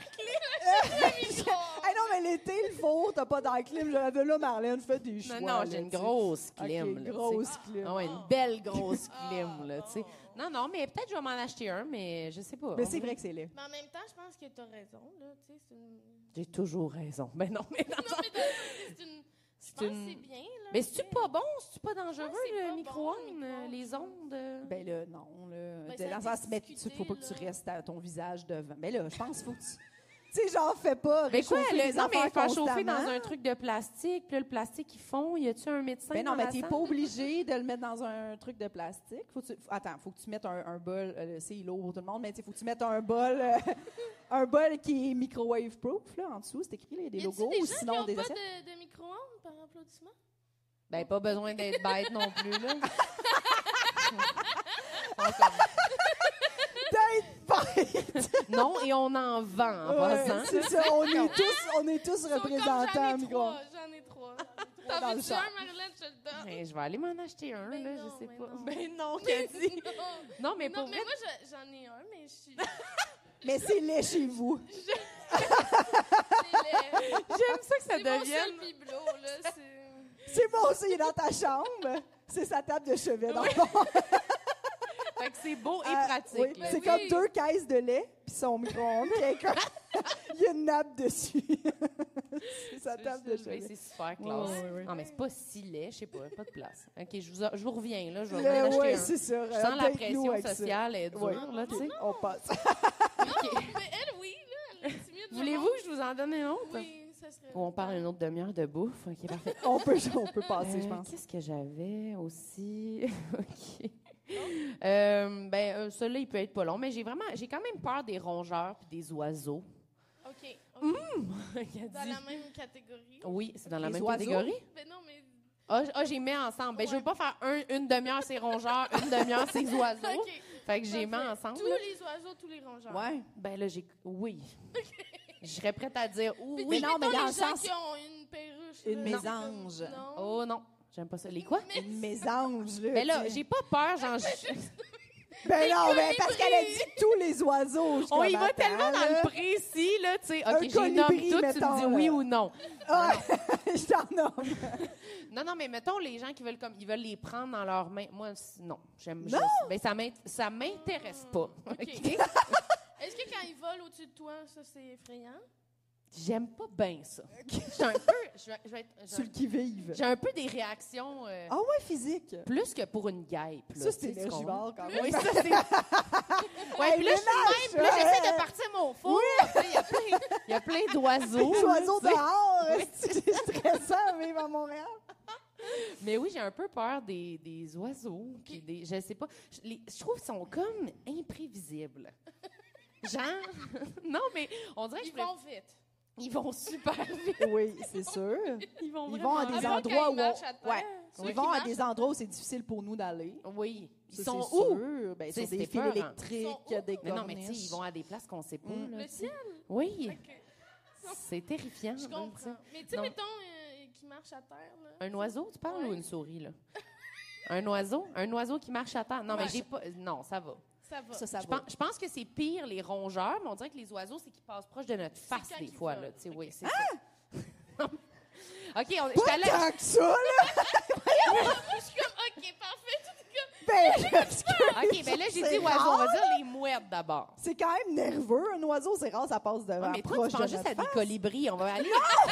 Micro. Hey, non, mais l'été, le four, t'as pas d'air clim. J'avais là, Marlène, fais des choix. Non, non, là, j'ai une tu sais. grosse OK, clim. là, tu sais. grosse clim. Ah ouais, une belle grosse clim, là, tu sais. Non, non, mais peut-être que je vais m'en acheter un, mais je sais pas. Mais c'est vrai que c'est laid. Mais en même temps, je pense que t'as raison, là. Tu sais, c'est une. J'ai toujours raison. Mais non, mais non. Non, mais dans le sens, c'est une. Je pense une- que c'est bien, là. Mais c'est-tu pas bon? C'est-tu pas dangereux, Non, c'est pas le bon, micro-ondes, le euh, micro-ondes. les ondes? euh? Ben là, non. Là, Ben, De- ça a dans le été sens, mais tu discuté, faut pas que tu là. restes à ton visage devant. Ben là, je pense qu'il faut que tu... Tu sais, genre, fais pas Mais quoi, réchauffer le- les non, mais affaires faire chauffer constamment. dans un truc de plastique, puis là, le plastique, ils font, y a-tu un médecin Ben non, dans mais la t'es salle? pas obligé de le mettre dans un truc de plastique. Faut que tu, faut- attends, faut que tu mettes un, un bol, euh, c'est lourd pour tout le monde, mais il faut que tu mettes un bol, euh, un bol qui est microwave proof là en dessous, c'est écrit là, des Y a-tu logos des ou gens sinon qui ont des pas assiettes. de, de micro-ondes par applaudissement? Ben, pas besoin d'être bête non plus, là. Non, et on en vend en Ouais, passant. c'est ça, on est tous, on est tous Ils sont comme, représentants J'en ai micro. trois, j'en ai trois. dans T'en le veux-tu char. un, Marilyn? Je te le donne. Ben, je vais aller m'en acheter un, Ben là, non, je sais ben pas. non. Ben non, Cathy. Non. Non, mais non, pour mais vrai, moi, je- j'en ai un, mais je suis. Mais c'est laid chez vous. C'est laid. j'aime ça que ça C'est mon devienne. seul bibelot, là. C'est. C'est bon aussi, il est dans ta chambre. C'est sa table de chevet dans le fond. Fait que c'est beau et Ah, pratique. oui, là. c'est Oui. comme deux caisses de lait puis son micro-ondes. puis avec un- Il y a une nappe dessus. c'est sa table de Ben, chevet. c'est super classe. Ouais, ouais, ouais. Non, mais c'est pas si laid, je sais pas, pas de place. OK, je vous, je vous reviens, là, je vais Le- en acheter ouais, un. c'est ça. Je sens la Update-nous pression avec ça. sociale est dure, Ouais. là, tu sais. On passe. OK. Mais elle, oui, là. Elle est timide. Voulez-vous que je vous en donne un autre? Oui, ça serait. Ou on parle une autre demi-heure de bouffe? OK, parfait. on, peut, on peut passer, je Euh, pense. Qu'est-ce que j'avais aussi? OK. Euh, ben, euh, celui-là, il peut être pas long, mais j'ai vraiment, j'ai quand même peur des rongeurs puis des oiseaux. OK. ok. Il a Dans dit- la même catégorie. Oui, c'est dans la Les même oiseaux? catégorie. Ben non, mais. Ah, j- ah, j'ai mis ensemble. Ben, je veux Ouais. pas faire un, une demi-heure ces rongeurs, une demi-heure ces oiseaux. OK. Fait que j'ai mis Parfait. ensemble. Tous là. les oiseaux, tous les rongeurs. Ouais. Ben là, j'ai... Oui. Je serais prête à dire Puis oui. non, mais mettons dans les le gens sens- qui ont une perruche. Une là, mésange. c'est comme- Non. Oh non, j'aime pas ça. Les quoi? Une mésange, là. Ben là, tu sais. j'ai pas peur, genre... je- Ben non, mais parce qu'elle a dit tous les oiseaux. Je suis On y comme, va attends, tellement dans là. le précis, là, tu sais. Un OK, j'ai nomme colibri, tout, tu mettons, me dis oui là. ou non. Ah, je t'en nomme. Non, non, mais mettons les gens qui veulent comme ils veulent les prendre dans leurs mains. Moi, c- non. J'aime Non? je- ben, ça m'int- ça m'intéresse pas. OK. OK? Est-ce que quand ils volent au-dessus de toi, ça, c'est effrayant? J'aime pas bien ça. J'ai un peu... je vais- je vais être- Sur le qui-vive. J'ai un peu des réactions euh, Ah ouais, physique. plus que pour une guêpe. là, Ça, c'est tu sais, tu comprends? énergivore quand même. Oui, ça, c'est... ouais, Hey, puis là, je suis ménage, même, puis là, ça, j'essaie hein? de partir mon four. Puis là, Il y a plein, il y a plein d'oiseaux. Les là, oiseaux tu sais. dehors, c'est stressant à vivre à Montréal. Mais oui, j'ai un peu peur des, des oiseaux. Puis des, je sais pas. Je, les- je trouve qu'ils sont comme imprévisibles. Genre, non, mais on dirait que Ils je pourrais- vont vite. ils vont super vite. Oui, c'est sûr. Ils vont Ils vont à vraiment des Ah, vite. bon, endroits quand où ils marchent à on... terre, Ouais. ceux Ils qui vont à marchent des endroits où c'est difficile pour nous d'aller. Oui. Ils Ça, sont c'est où? sûr. Ben, Tu sais, sur des c'est fils peur, hein. électriques, Ils sont où? des Mais non, mais tu sais, corniches. ils vont à des places qu'on sait pas. Mm. là, Le tu sais. ciel? Oui. OK. C'est terrifiant. Je là, tu sais. comprends. Mais tu sais, Non. mettons, euh, qui marche à terre, là. Un oiseau, tu parles, Ouais. ou une souris, là? Un oiseau? Un oiseau qui marche à terre? Non, mais Ouais. j'ai pas... Non, ça va. Ça va. Ça, ça Je va. pense, je pense que c'est pire les rongeurs, mais on dirait que les oiseaux, c'est qu'ils passent proche de notre face quand des ils fois. volent. Là, tu sais, Ok. oui, c'est ça. OK, on, je Pas suis allée- tant que ça, là! Je suis comme, OK, parfait. Tout est comme... Ben, parce que OK, ben là, j'ai c'est dit oiseaux. On rare. va dire les mouettes d'abord. c'est quand même nerveux. Un oiseau, c'est rare, ça passe devant. Ah, mais toi, proche tu de penses juste notre à des face. colibris. On va aller.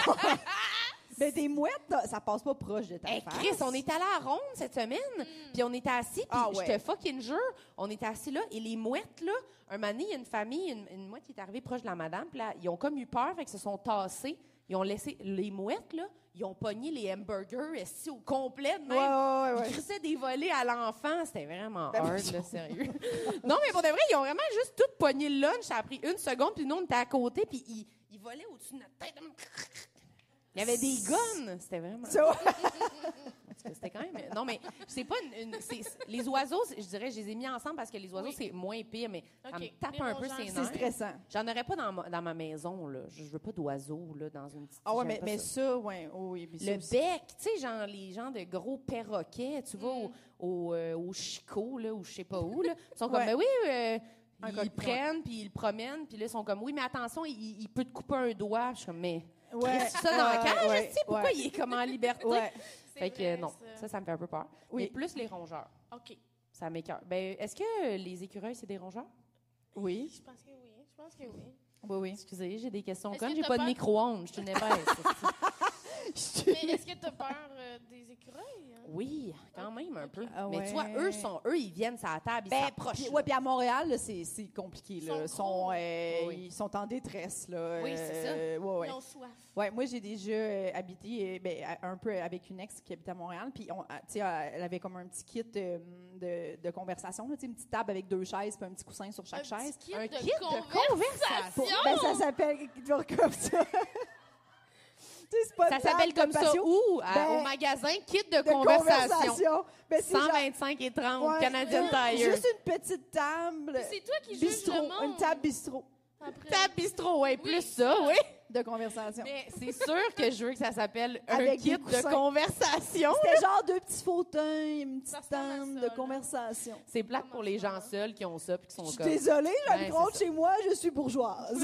Ben, des mouettes, là, ça passe pas proche de ta Hey, face. Chris, on est allé à Ronde cette semaine, puis on était assis, puis Ah je ouais. te fucking jure, on était assis là, et les mouettes, là, un moment donné, il y a une famille, une, une mouette qui est arrivée proche de la madame, puis là, ils ont comme eu peur, fait qu'ils se sont tassés. Ils ont laissé, les mouettes, là, ils ont pogné les hamburgers esti, au complet, de même. Ouais, ouais, ouais, ouais. Ils crissaient des volets à l'enfant. C'était vraiment Ben, hard, là, sérieux. Non, mais pour de vrai, ils ont vraiment juste tout pogné le lunch. Ça a pris une seconde, puis nous, on était à côté, puis ils, ils volaient au-dessus de notre tête. Il y avait des guns. C'était vraiment... Ça, ouais. Parce que c'était quand même... Non, mais c'est pas une... une- c'est- c'est- les oiseaux, c'est- je dirais, je les ai mis ensemble parce que les oiseaux, Oui. c'est moins pire, mais ça OK. me tape Les un peu rongeurs, ses C'est nerfs. stressant. J'en aurais pas dans ma, dans ma maison, là. Je, je veux pas d'oiseaux, là, dans une petite... Ah ouais, j'aime mais, pas mais ça. ça, ouais, oh oui. mais ça Le aussi. bec, tu sais, genre les gens de gros perroquets, tu vas au, au, euh, au Chico, là, ou je sais pas où, là. Ils sont comme, Ouais. ben oui, euh, Un ils coq- le prennent, puis ils le promènent, puis là, ils sont comme, oui, mais attention, il, il peut te couper un doigt. Je suis comme, mais... Ouais. Chris, ça dans la ouais, cage, ouais, tu sais, pourquoi ouais. il est comme en liberté? Ouais. C'est Fait que vrai, non, ça. ça, ça me fait un peu peur. Oui. Mais plus les rongeurs, OK. ça m'écoeure. Ben, est-ce que les écureuils, c'est des rongeurs? Oui, Je pense que oui. Je pense que oui. oui, oui. Excusez, j'ai des questions Est-ce connes. que J'ai t'as pas de peur? micro-ondes, je suis une épaisse. Mais est-ce que tu as peur euh, des écureuils? hein? Oui, quand même un peu. Ah Mais tu vois, ouais. eux, sont, eux, ils viennent sur la table, ils Ben, s'approchent. puis- là. ouais, puis à Montréal, là, c'est, c'est compliqué. Là. Ils Ils sont sont, gros. euh, Oui. ils sont en détresse. Là. Oui, c'est ça. Euh, ouais, ouais. Ils ont soif. Ouais, moi, j'ai déjà euh, habité euh, ben, à- un peu avec une ex qui habitait à Montréal. Puis, on- à- tu sais, euh, elle avait comme un petit kit euh, de, de conversation. Là, tu sais, une petite table avec deux chaises puis un petit coussin sur chaque Un chaise. petit kit Un de kit de conversation. Pour- ben, ça s'appelle genre comme ça. Tu sais, c'est pas Ça une table s'appelle de comme ça patio où? À- Ben, au magasin, kit de, de conversation. conversation. Ben, c'est cent genre- vingt-cinq et trente, Ouais, Canadian ouais, Tire. Juste une petite table. Puis c'est toi qui juges bistrot, le monde. une table bistrot Après. Table bistrot, ouais, plus Oui, ça, oui. de conversation. Mais c'est sûr que je veux que ça s'appelle un Avec kit des de coussins. conversation. C'était genre deux petits fauteuils, une Ça petite ressemble à table ça, de là. conversation. C'est plate pour les gens seuls qui ont ça puis qui sont Je suis comme désolée, je Ouais, le compte c'est ça. chez moi, je suis bourgeoise.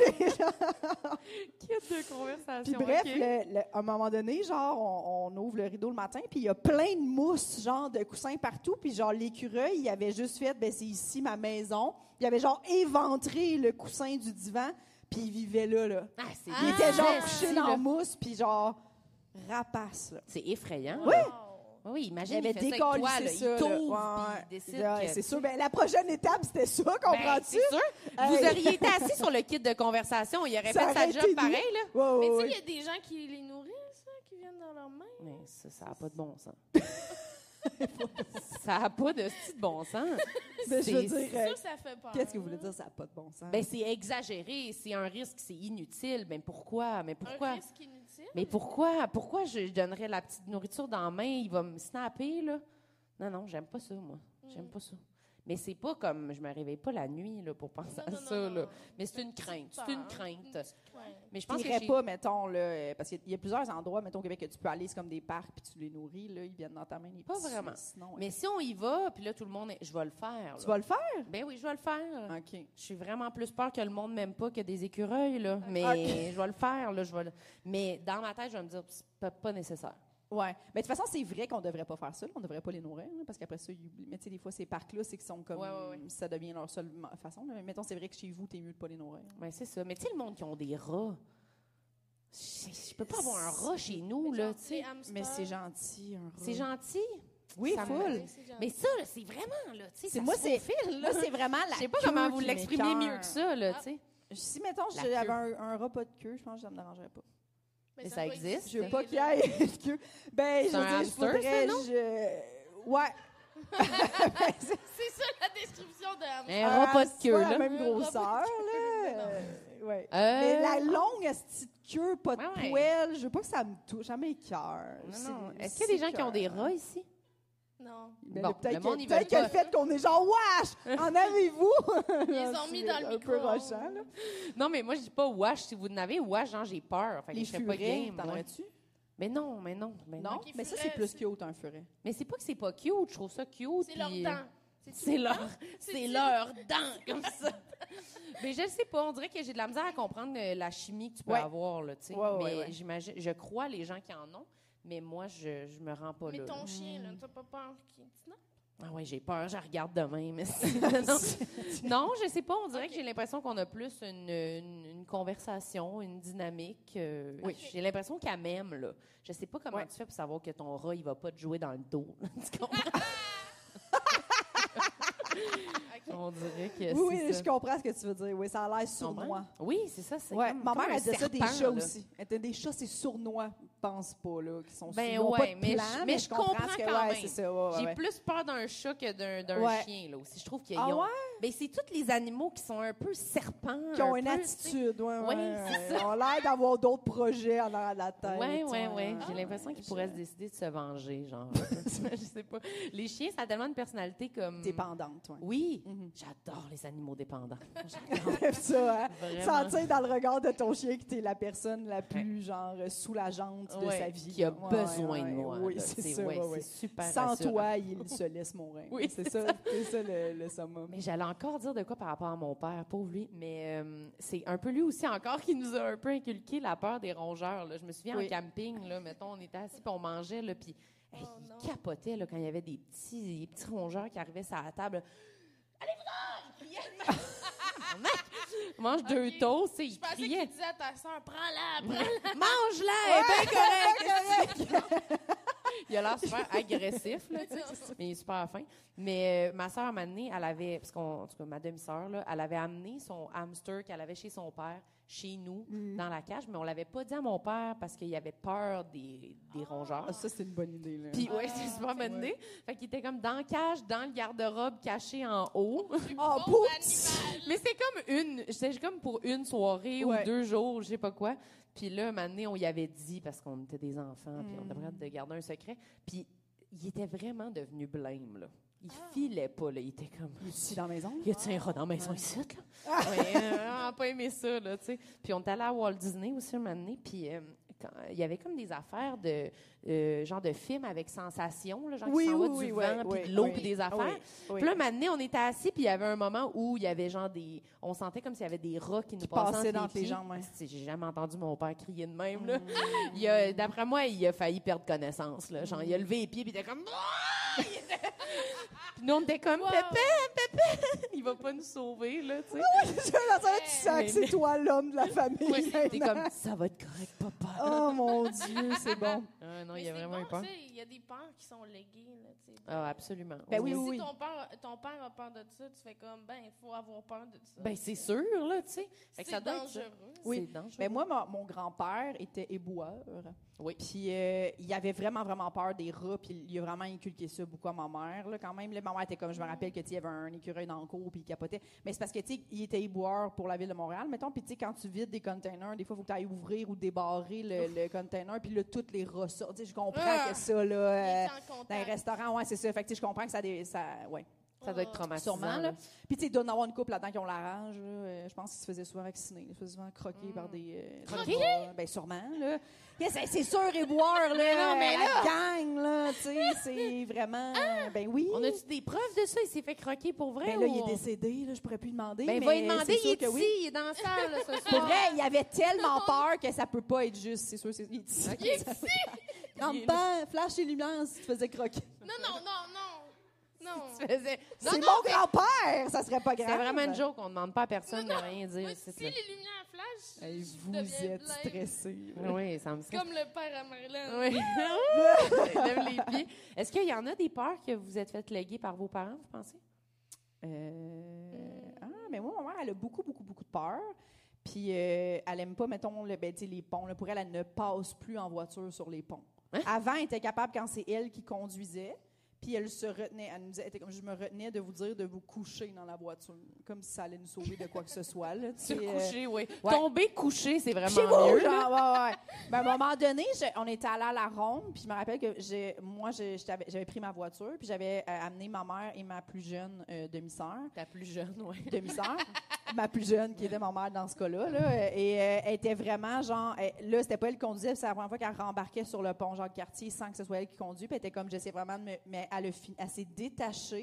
kit de conversation. Puis bref, ok. le- le- à un moment donné, genre, on, on ouvre le rideau le matin, puis il y a plein de mousse, genre, de coussins partout. Puis genre, l'écureuil, il avait juste fait, ben c'est ici ma maison. Il avait genre éventré le coussin du divan, puis il vivait là, là. Ah, c'est Il bien était genre fait, couché si, dans là. la mousse, puis genre, rapace, là. C'est effrayant. Oui. là. Oui, Il imagine, avait il fait ça décollé avec toi, là. ça. Il là. t'ouvre, Ouais, puis il décide ouais, que... c'est sûr. Ben, la prochaine étape, c'était ça, Ben, comprends-tu? c'est sûr. Vous Hey. auriez été assis sur le kit de conversation, il aurait Ça fait sa aurait job été pareil, nous. là. Ouais, Mais ouais, tu sais, ouais. il y a des gens qui les nourrissent, là, qui viennent dans leurs mains. Mais ça, ça n'a pas de bon sens. ça n'a pas de petit bon sens. Mais je veux C'est- dire, euh, Ça, ça fait peur. qu'est-ce que vous voulez dire, ça n'a pas de bon sens? Ben, c'est exagéré, c'est un risque, c'est inutile. Ben, pourquoi? Mais pourquoi? Un risque inutile. Mais pourquoi? Pourquoi je donnerais la petite nourriture dans la main? Il va me snapper, là? Non, non, j'aime pas ça, moi. J'aime pas ça. Mais c'est pas comme... Je me réveille pas la nuit, là, pour penser Non, à non, ça, non, là. non. Mais c'est une crainte. C'est une Peur. crainte. Une petite crainte. Mais je pense que T'irais j'ai- pas, mettons, là, euh, parce qu'il y a plusieurs endroits, mettons, au Québec, que tu peux aller, c'est comme des parcs, puis tu les nourris, là, ils viennent dans ta main, les Pas petits vraiment. Suisses, non, Mais si on y va, puis là, tout le monde... est- Je vais le faire, Tu là. vas le faire? Ben oui, je vais le faire. OK. Je suis vraiment plus peur que le monde m'aime pas que des écureuils, là. Mais Ok. je vais le faire, là. Je vais le- Mais dans ma tête, je vais me dire, c'est pas, pas nécessaire. Ouais. Mais de toute façon, c'est vrai qu'on devrait pas faire ça, là. On devrait pas les nourrir, là, parce qu'après ça, ils oublient. Mais tu sais, des fois, ces parcs-là, c'est qu'ils sont comme. Ouais, ouais, ouais. Ça devient leur seule ma- façon. là. Mais mettons, c'est vrai que chez vous, t'es mieux de pas les nourrir. Ben c'est ça. Mais tu sais, le monde qui ont des rats... Je je peux pas avoir un rat chez nous, Mais là, genre, tu sais. les hamsters. Mais c'est gentil, un rat. C'est gentil. Oui, Ça me- full. Oui, c'est gentil. Mais ça, là, c'est vraiment, là, tu sais, C'est ça moi, se c'est- faufile, là. Là, c'est vraiment la Je sais pas queue comment vous qui l'exprimer m'écoeure. mieux que ça, là, Ah. tu sais. Si, mettons, La j'avais queue. un, un rat pas de queue, je pense que ça me dérangerait pas. Mais Mais ça doit existe. exister, Je veux pas qu'il y là. ait une queue. Ben, je C'est veux un dire, je hamster, voudrais. ça, non? je- Ouais. C'est ça la description de hamster. Un rat pas de Ah, c'est queue, la là. même Un rat pas de grosseur, queue. là. Euh, ouais. Euh, Mais la longue petite queue, pas de Ouais, ouais. poêle, je veux pas que ça me touche, ça m'écoeure. Non, non. C'est- Est-ce qu'il y a des c'est gens qui ont des écœurant. rats ici? Non. Ben, Bon, peut-être le que, monde, ils peut-être veulent que le pas. fait qu'on est genre, wesh, en avez-vous? Ils les ont mis dans le Un peu micro-ondes. rochant, là. Non, mais moi, je dis pas wash. Si vous en avez, wash, genre, j'ai peur. Fait que Les je serais pas furets, game. t'en moi. aurais-tu? Mais non, mais non. Mais non. Non? Ok, Mais ça, furet, c'est plus c'est- cute, un furet. Mais c'est pas que c'est pas cute. Je trouve ça cute. C'est leur puis- dent. C'est leur, c'est leur dent, comme ça. Mais je ne sais pas, on dirait que j'ai de la misère à comprendre euh, la chimie que tu peux Ouais. avoir, là, tu sais. Ouais, ouais, mais ouais. j'imagine, je crois les gens qui en ont, mais moi, je, je me rends pas Mais là. ton là. chien, là, t'as pas peur qu'il te snappe? Ah ouais, j'ai peur, je regarde demain, mais non. non, je sais pas, on dirait Ok. que j'ai l'impression qu'on a plus une, une, une conversation, une dynamique. euh, Oui. J'ai l'impression qu'elle m'aime, là. Je sais pas comment Ouais. tu fais pour savoir que ton rat, il va pas te jouer dans le dos. Tu comprends? On dirait que Oui, oui, c'est je ça. comprends ce que tu veux dire. Oui, ça a l'air Tu sournois. comprends? Oui, c'est ça. C'est Ouais, comme, ma comme mère, un elle disait ça des serpent, chats là. aussi. Elle disait des chats, c'est sournois. Je pense pas, là, qui sont Ben ils ont ouais, pas de mais plan, je- mais mais je je comprends comprends ce que, quand ouais, même. c'est ça, ouais, ouais, J'ai ouais. plus peur d'un chat que d'un d'un Ouais. chien, là aussi. Je trouve qu'ils Ah ont... ouais? Ben, c'est tous les animaux qui sont un peu serpents. Qui ont un une peu, tu sais. attitude, ouais, Oui, ouais, c'est ouais. Ils ont l'air d'avoir d'autres projets en arrière de la tête. Oui, oui, ouais, oui. ouais. J'ai l'impression qu'ils pourraient se décider de se venger, genre. Je sais pas. Les chiens, ça a tellement de personnalité comme... Dépendante, ouais. Oui. Mhm. J'adore les animaux dépendants. J'adore. J'aime ça, hein? Vraiment. Sentir dans le regard de ton chien que t'es la personne la plus, genre, soulageante de Ouais, sa vie. qui a Ouais, besoin ouais, de moi. Oui, là. c'est ça, ouais, ouais, ouais. c'est super Sans rassurant. toi, il se laisse mourir. Oui, c'est ça, c'est ça le, le summum. Mais j'allais encore dire de quoi par rapport à mon père, pauvre lui. Mais euh, c'est un peu lui aussi encore qui nous a un peu inculqué la peur des rongeurs. Là. Je me souviens Oui. en camping, là, mettons, on était assis puis on mangeait, là, puis hey, Oh, non. il capotait là, quand il y avait des petits, des petits rongeurs qui arrivaient sur la table. Allez-vous-en! On mange deux Ok. toasts, tu sais, Je il pensais criait. qu'il disait à ta soeur, prends-la, prends-la. Mange-la, elle est bien correcte. Il a l'air super agressif, là, tu sais, mais il est super fin. Mais euh, ma soeur, m'a amené, elle avait, parce qu'on, en tout cas, ma demi-sœur, là, elle avait amené son hamster qu'elle avait chez son père, chez nous, dans la cage, mais on l'avait pas dit à mon père parce qu'il avait peur des, des rongeurs. Ah, ça, c'est une bonne idée. Là. Puis, ouais, c'est super bonne idée. Fait qu'il était comme dans la cage, dans le garde-robe, caché en haut. Oh, Pauvre pauvre animal. Mais c'est comme une, c'est comme pour une soirée Ouais. ou deux jours, je sais pas quoi. Puis là, un moment donné, on y avait dit, parce qu'on était des enfants, puis on était prêts de garder un secret. Puis il était vraiment devenu blême, là. Il filait pas, là. Il était comme... Ici dans la maison. Y a-tu un rat dans la maison ici, là? Ouais, euh, on n'a pas aimé ça, là, tu sais. Puis on est allé à Walt Disney aussi un moment donné, puis euh, quand- il y avait comme des affaires de... euh, genre de films avec sensation, là, genre Oui, qui s'en oui, va oui, du ouais, vent, oui, puis de l'eau, oui, puis des affaires. oui, oui. Puis là, un moment donné, on était assis, puis il y avait un moment où il y avait genre des... On sentait comme s'il y avait des rats qui nous passaient passaient entre dans les pieds. jambes, ouais. C'est- J'ai jamais entendu mon père crier de même, là. Il a- D'après moi, il a failli perdre connaissance, là. Genre, il a levé les pieds, puis il était comme... Puis nous, on était comme... Wow. Pépé, Pépé! Il va pas nous sauver, là, tu sais. Je dans ça, tu sens que c'est toi l'homme de la famille. Oui, t'es maintenant. comme, ça va être correct, papa. Oh mon Dieu, c'est bon. Ah, non, Mais il y a c'est vraiment bon, eu peur. tu sais, il y a des peurs qui sont léguées, là, tu sais. Ah, absolument. Ben oui, Si oui, oui. ton père, ton père a peur de ça, tu fais comme, ben, il faut avoir peur de ça. Ben, c'est sûr, là, tu sais. Fait que c'est ça doit être ça. dangereux. Oui. C'est dangereux. Ben moi, mon, mon grand-père était éboueur. Oui. Puis euh, il avait vraiment, vraiment peur des rats. Puis il a vraiment inculqué ça beaucoup à ma mère, là, quand même. Là, ma mère était comme, je me rappelle que, tu sais, il y avait un écureuil dans le cours, puis il capotait. Mais c'est parce que, tu sais, il était éboueur pour la ville de Montréal, mettons. Puis, tu sais, quand tu vides des containers, des fois, il faut que tu ailles ouvrir ou débarrer le, le container. Puis là, tous les rats sortent. Tu sais, je comprends Ah! que ça, là, Il euh, est en dans les contact. restaurants, ouais, c'est ça. Fait que, tu sais, je comprends que ça, a des- ça, ouais. Ça doit être traumatisant. Sûrement, là. là. Puis, tu sais, il doit y en avoir une couple là-dedans qui ont la rage. là. Euh, je pense qu'ils se faisaient souvent vacciner. Ils se faisaient souvent croquer par des. Euh, Croquer? des rats. Ben, sûrement, là. Yeah, c'est, c'est sûr, et boire, là. non, mais la gang, là. Tu sais, c'est vraiment. Ben oui. On a-tu des preuves de ça? Il s'est fait croquer pour vrai? Ben là, ou il est on- décédé, là. Je pourrais plus demander. Ben, mais va lui demander, c'est il sûr est que ici, oui. il est dans la salle, là, ce soir. Pour vrai, il avait tellement peur que ça peut pas être juste. C'est sûr, c'est, il est ici. OK. Il est ici! Rentre pas, flash et lumière si tu faisais croquer. Non, non, non, non. Non. Tu faisais... Non, C'est non, mon mais- grand-père! Ça serait pas grave. C'est vraiment une joke. On ne demande pas à personne Non, de non. rien dire. Moi, ici, si là. les lumières flashent, Hey, je vous deviens êtes blême. stressé. là. Oui, ça me stresse. Comme le père à Marilyn. Oui. Lève les pieds. Est-ce qu'il y en a des peurs que vous êtes faites léguer par vos parents, vous pensez? Euh, ah, mais moi, ma mère, elle a beaucoup, beaucoup, beaucoup de peur. Puis, euh, elle aime pas, mettons, le, ben, tu sais, les ponts. Là. Pour elle, elle ne passe plus en voiture sur les ponts. Hein? Avant, elle était capable, quand c'est elle qui conduisait, puis elle se retenait. Elle nous disait, elle était comme, je me retenais de vous dire de vous coucher dans la voiture. Comme si ça allait nous sauver de quoi que ce soit. Là, tu Se sais, euh, coucher, oui. ouais. Tomber couché, c'est vraiment chez vous, mieux. genre, ouais, ouais. Ben, à un moment donné, je- on était allé à la ronde, puis je me rappelle que j'ai, moi, j'ai- j'étais avec- j'avais pris ma voiture, puis j'avais euh, amené ma mère et ma plus jeune euh, demi-sœur. Ta plus jeune, oui. demi-sœur, ma plus jeune, qui était ma mère dans ce cas-là. Là, euh, et euh, elle était vraiment, genre, elle- là, c'était pas elle qui conduisait, c'est la première fois qu'elle rembarquait sur le pont Jacques-Cartier sans que ce soit elle qui conduit. Puis elle était comme, j'essaie vraiment de me. Mais elle, a fi- elle s'est détachée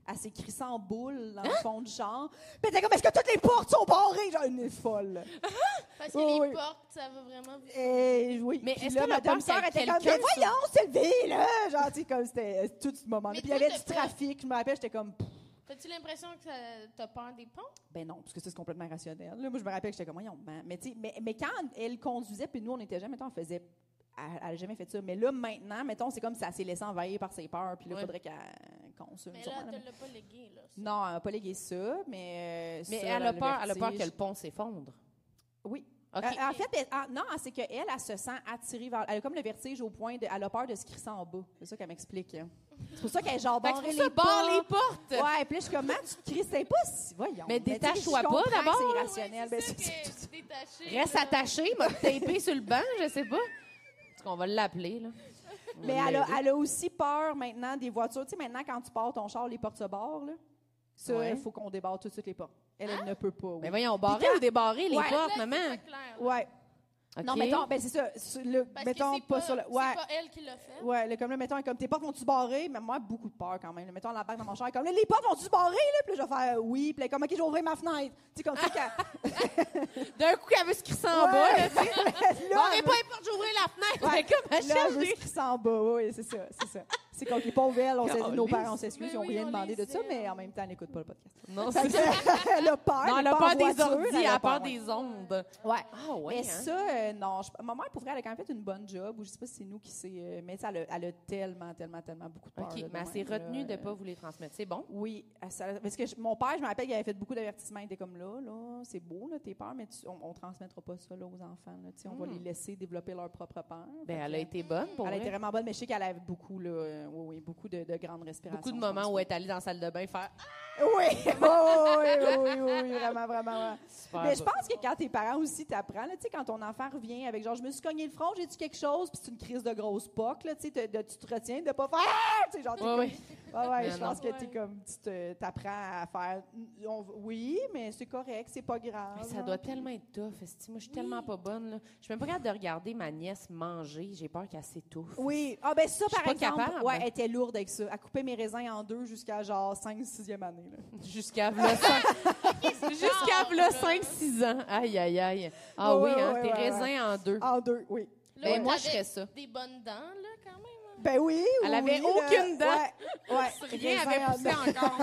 Elle s'est crissée en boule dans le fond du char. Puis elle était comme, est-ce que toutes les portes sont barrées? Genre, une folle. Parce que Oh, les oui. portes, ça va vraiment vous... Et oui. Mais Puis est-ce là, que le ma peur, demi-sœur c'est était comme, quelqu'un mais voyons, Sylvie, là! Genre, tu sais, comme c'était tout ce moment-là. Mais Puis il y avait toi, du t'as trafic. Je me rappelle, j'étais comme, pff, As-tu l'impression que ça- t'as peur des ponts? ben non, parce que ça, c'est complètement rationnel. Là, moi, je me rappelle que j'étais comme, voyons, man. Mais, tu sais, mais, mais quand elle conduisait, puis nous, on était jamais, mettons, on faisait. Elle n'a jamais fait ça. Mais là, maintenant, mettons, c'est comme si elle s'est laissée envahir par ses peurs, puis là, il Ouais. faudrait qu'elle consulte. Mais sûrement, là, là. tu l'as pas légué, là. ça. Non, elle n'a pas légué ça, mais. euh, Mais ça, elle là, a le peur, elle a peur vertige. que le pont s'effondre. Oui. OK. Euh, en fait, elle- ah, non, c'est qu'elle, elle se sent attirée vers. Elle a comme le vertige au point de. Elle a peur de se crisser en bas. C'est ça qu'elle m'explique. hein. C'est pour ça qu'elle genre Fait que barré c'est pour les ça, barre les portes. portes! Ouais, puis là, je suis comme, man, tu te crisses, c'est pas si. Voyons. Mais tu sais, détache-toi je pas, comprends que d'abord. C'est Ouais, irrationnel. Ben, c'est ça c'est- que c'est- c'est détaché. Reste là. attaché, m'a tapé sur le banc, je sais pas. Parce qu'on va l'appeler, là. On Mais va elle a, l'aider. elle a aussi peur maintenant des voitures. Tu sais, maintenant, quand tu pars ton char, les portes se barrent, là. Ça, il Ouais. faut qu'on débarre tout de suite les portes. Elle, elle ne peut pas. Oui. Mais voyons, barrer Puis quand- ou débarrer les Ouais. portes, Là, maman? c'est pas clair, là. Ouais. OK. Non, mettons, ben c'est ça. sur le, Parce mettons, que c'est pas, pas, sur le. c'est Ouais. pas elle qui l'a fait. Ouais, là, comme là, mettons, comme tes portes vont-tu se barrer? Mais moi, beaucoup de peur quand même. Là, mettons, la barre dans mon char, comme là, les portes vont-tu se barrer? Là? Puis là, je vais faire euh, oui. Puis là, comme, OK, je vais ouvrir ma fenêtre. Tu sais, comme ça, qu'elle- D'un coup, elle veut se crisser en bas, là, tu sais. là, Barrez elle pas veut- les portes, j'ouvrir la fenêtre. Ouais. Mais comme elle Là, cherche elle veut des- se crisser en bas. Oui, c'est ça, c'est ça. C'est comme les pauvres, elles, on s'est- nos Calisse. parents, on s'excuse, Mais ils n'ont oui, rien on demandé les de ça, aime. mais en même temps, elle n'écoute pas le podcast. Non, Fait c'est ça. que, elle a peur. Non, elle mais a pas peur en des voiture, ordi, elle elle a peur ouais. des ondes. Ouais. Ah ouais, Mais hein? ça, euh, non. Je- ma mère, pour vrai, elle a quand même fait une bonne job. Ou je sais pas si c'est nous qui c'est. euh, mais ça, elle a, elle a tellement, tellement, tellement beaucoup de peur. OK, là, de mais elle s'est même, là, retenue de ne euh, pas vous les transmettre. C'est bon? Oui. elle- ça- parce que je- mon père, je me rappelle qu'il avait fait beaucoup d'avertissements. Il était comme là, là, c'est beau, là, tes peurs, mais tu- on ne transmettra pas ça là, aux enfants. Là, tu sais, on va Mm. les laisser développer leur propre peur. Ben, Fait elle que, a été bonne pour elle a été vrai. vraiment bonne, mais je sais qu'elle avait beaucoup, là, euh, oui, oui, beaucoup de, de grandes respirations. Beaucoup de je moments pense, où oui. elle est allée dans la salle de bain faire Oui, oui, oui, oui, oui, oui, oui, vraiment, vraiment. ouais. super. Mais je pense que quand tes parents aussi t'apprennent, là, tu sais, quand ton enfant revient avec genre, je me suis cogné le front, j'ai dit quelque chose, puis c'est une crise de grosse poque, là, tu sais, te- de- tu te retiens de pas faire, ah! Tu sais, genre, t'es Ouais, comme- ouais. ouais, ouais, Mais je non. pense que Ouais. t'es comme, tu te- t'apprends à faire, on- oui, mais c'est correct, c'est pas grave. Mais ça genre. doit tellement être tough. esti. Moi, je suis tellement pas bonne. Là. Je suis même pas capable de regarder ma nièce manger. J'ai peur qu'elle s'étouffe. Oui, ah ben ça, Je suis par pas exemple, capable. ouais, elle était lourde avec ça. Elle coupait mes raisins en deux jusqu'à genre cinq sixième année, là. Jusqu'à v'là cinq- Jusqu'à v'là cinq six ans. Aïe, aïe, aïe. Ah Ouais, oui, ouais, hein, ouais, tes ouais, raisins ouais. en deux. En deux, oui. Là, Ben, moi, je t'avais ferais ça. Des bonnes dents, là, quand même. hein. Ben oui, Elle oui, avait oui, aucune là, dent. Ouais, ouais. Rien Raisins avait en poussé deux. encore.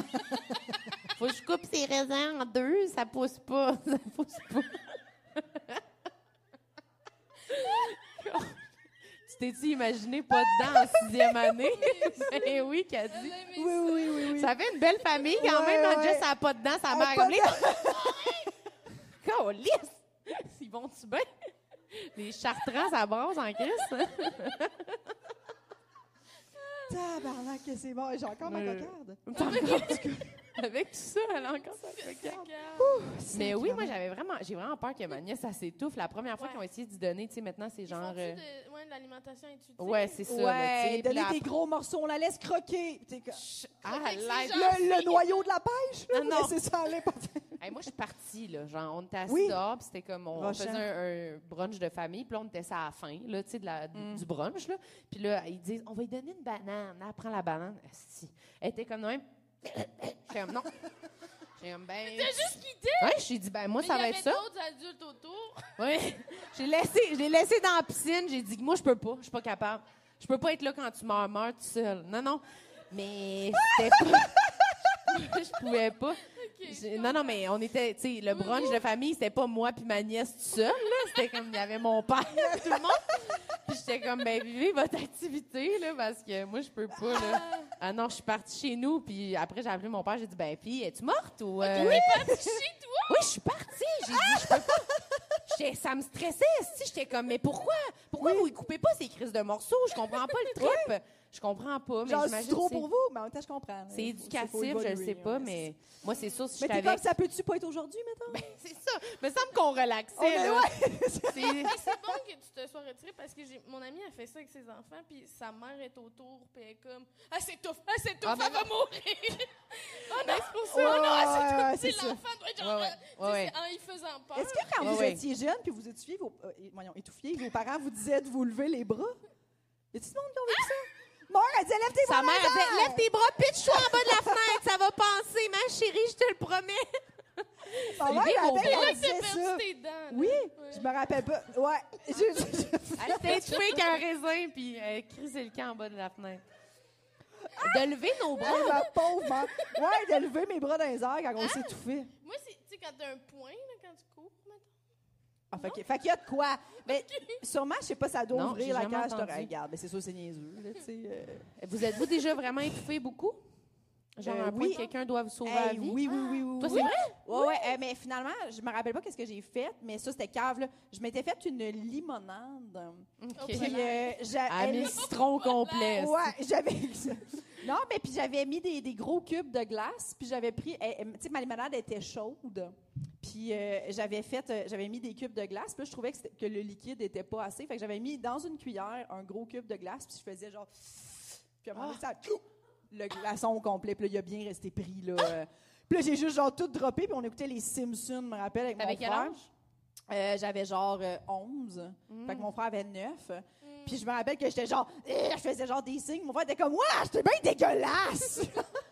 Faut que je coupe ses raisins en deux, ça pousse pas. Ça pousse pas. Tu t'es-tu imaginé pas de dents en sixième année? Ben oui, qu'a dit. Elle aimait Oui, ça. oui, oui, oui. Ça fait une belle famille quand Ouais, même. ouais. Jess, ça n'a pas de dents, sa Elle mère a a pas comme de les... Calisse! Ils vont-tu bien? Les chartrans, ça brasse en crise. Tabarnak, que c'est bon. J'ai encore ma Euh, cocarde. T'as encore- Avec tout ça, elle a encore sa cocarde. Mais oui, moi, j'avais vraiment, j'ai vraiment peur que ma nièce, ça s'étouffe. La première fois Ouais. qu'ils ont essayé d'y donner, tu sais, maintenant, c'est Ils genre... font-tu euh, de, ouais, de l'alimentation intuitive? Ouais, c'est ça. là, tu Ouais, sais, puis donner là, des gros morceaux, on la laisse croquer. T'es comme- Ah, Fait que c'est l'aide. genre- Le, le noyau de la pêche, là, Ah, non. mais c'est ça l'important. Hey, moi, je suis partie, là. Genre, on était assis Oui. dehors, puis c'était comme, on, on Rochant. faisait un, un brunch de famille, puis là, on était ça à la fin, là, tu sais, de la- Mm. du brunch, là. Puis là, ils disent, on va lui donner une banane. Elle prend la banane. Asti. Elle était comme, de même. J'étais comme, non. J'étais comme, ben. T'as juste quitté! Ouais, j'ai dit, ben, moi, Mais ça il y va avait être ça. d'autres adultes autour. Oui. J'ai laissé, je l'ai laissé dans la piscine. J'ai dit que moi, je peux pas. Je suis pas capable. Je peux pas être là quand tu meurs, meurs tout seul. Non, non. Mais c'était pas. Je pouvais pas. J'ai- Non, non, mais on était, tu sais, le brunch de famille, c'était pas moi puis ma nièce tout seul, là. C'était comme, il y avait mon père, tout le monde. Puis j'étais comme, ben, vivez votre activité, là, parce que moi, je peux pas, là. Ah non, je suis partie chez nous, puis après, j'ai appelé mon père, j'ai dit, ben, puis, es-tu morte ou. euh, T'es parti chez toi? Oui, je suis partie. J'ai dit, je peux pas. J'étais- ça me stressait. Si j'étais comme, mais pourquoi? Pourquoi vous ne coupez pas ces crises de morceaux? Je comprends pas le trip. Je comprends pas, mais Genre, c'est j'imagine trop que pour vous, mais en même temps, je comprends. là. c'est Faut- faut éducatif, je évoluer, le sais pas, ouais, mais moi, c'est sûr, si Mais j'étais t'es comme, avec... ça peut-tu pas être aujourd'hui, mettons? C'est ça. Me semble qu'on relaxait, On est- là. ouais. C'est- Mais c'est bon que tu te sois retiré parce que j'ai, mon amie a fait ça avec ses enfants, puis sa mère est autour, puis elle est comme « Elle s'étouffe, elle s'étouffe, Ah, ben elle va mourir! » Oh non, c'est pour ça! Ouais, oh non, elle ouais, s'étouffe! ouais, Tu sais, c'est ça. l'enfant doit être genre... Ouais, ouais. euh, tu sais, Ouais, ouais. c'est en y faisant peur. Est-ce que quand Ouais, vous ouais. étiez jeune puis vous étouffiez, vos, euh, voyons, étouffiez, vos parents vous disaient de vous lever les bras? Y a-t-il du monde qui a vécu ça? Mère, elle disait, lève tes bras! Sa mère, elle Mazar! disait, lève tes bras, pitch-toi en bas de la fenêtre, ça va Ma mère, Lever la vos veille, bras. elle T'as disait perdu ça. tes dents. là. Oui, Ouais. je me rappelle pas. Ouais. Je- je- je- Elle s'était étouffée qu'un raisin, puis elle crisait le camp en bas de la fenêtre. De lever nos bras. Hey, ma pauvre mère. Ouais, de lever mes bras dans les airs quand on s'étouffait. Moi, c'est, tu sais, quand t'as un point, là, quand tu cours, mettons. Ah, fait, que- fait qu'il y a de quoi. Mais sûrement, je sais pas, ça doit Non, ouvrir j'ai la jamais cage. entendu. Hey, regarde, mais c'est sûr, c'est niaiseux. Là, tu sais, euh. Vous êtes-vous déjà vraiment étouffé beaucoup? Genre Euh, un point oui. que quelqu'un doit vous sauver Hey, la vie? oui, oui, oui, oui. Toi, oui. c'est vrai? Ouais, ouais, euh, mais finalement, je me rappelle pas qu'est-ce que j'ai fait, mais ça, c'était cave, là. Je m'étais fait une limonade. OK. Puis, euh, j'a- À elle- mes citrons complets. Ouais, j'avais. Non, mais puis j'avais mis des, des gros cubes de glace, puis j'avais pris. eh, eh, Tu sais, ma limonade était chaude. Puis euh, j'avais fait, euh, j'avais mis des cubes de glace, puis là, je trouvais que, c'était- que le liquide était pas assez. Fait que j'avais mis dans une cuillère un gros cube de glace, puis je faisais genre. Puis à un moment donné, ça. Le glaçon au complet, puis là, il a bien resté pris, là. euh. Puis là, j'ai juste genre tout droppé, puis on écoutait les Simpsons, je me rappelle, avec T'avais mon quel frère. âge? Euh, j'avais genre euh, onze. Fait que mon frère avait neuf. Puis je me rappelle que j'étais genre, eh, je faisais genre des signes. Mon frère était comme, ouais, j'étais bien dégueulasse.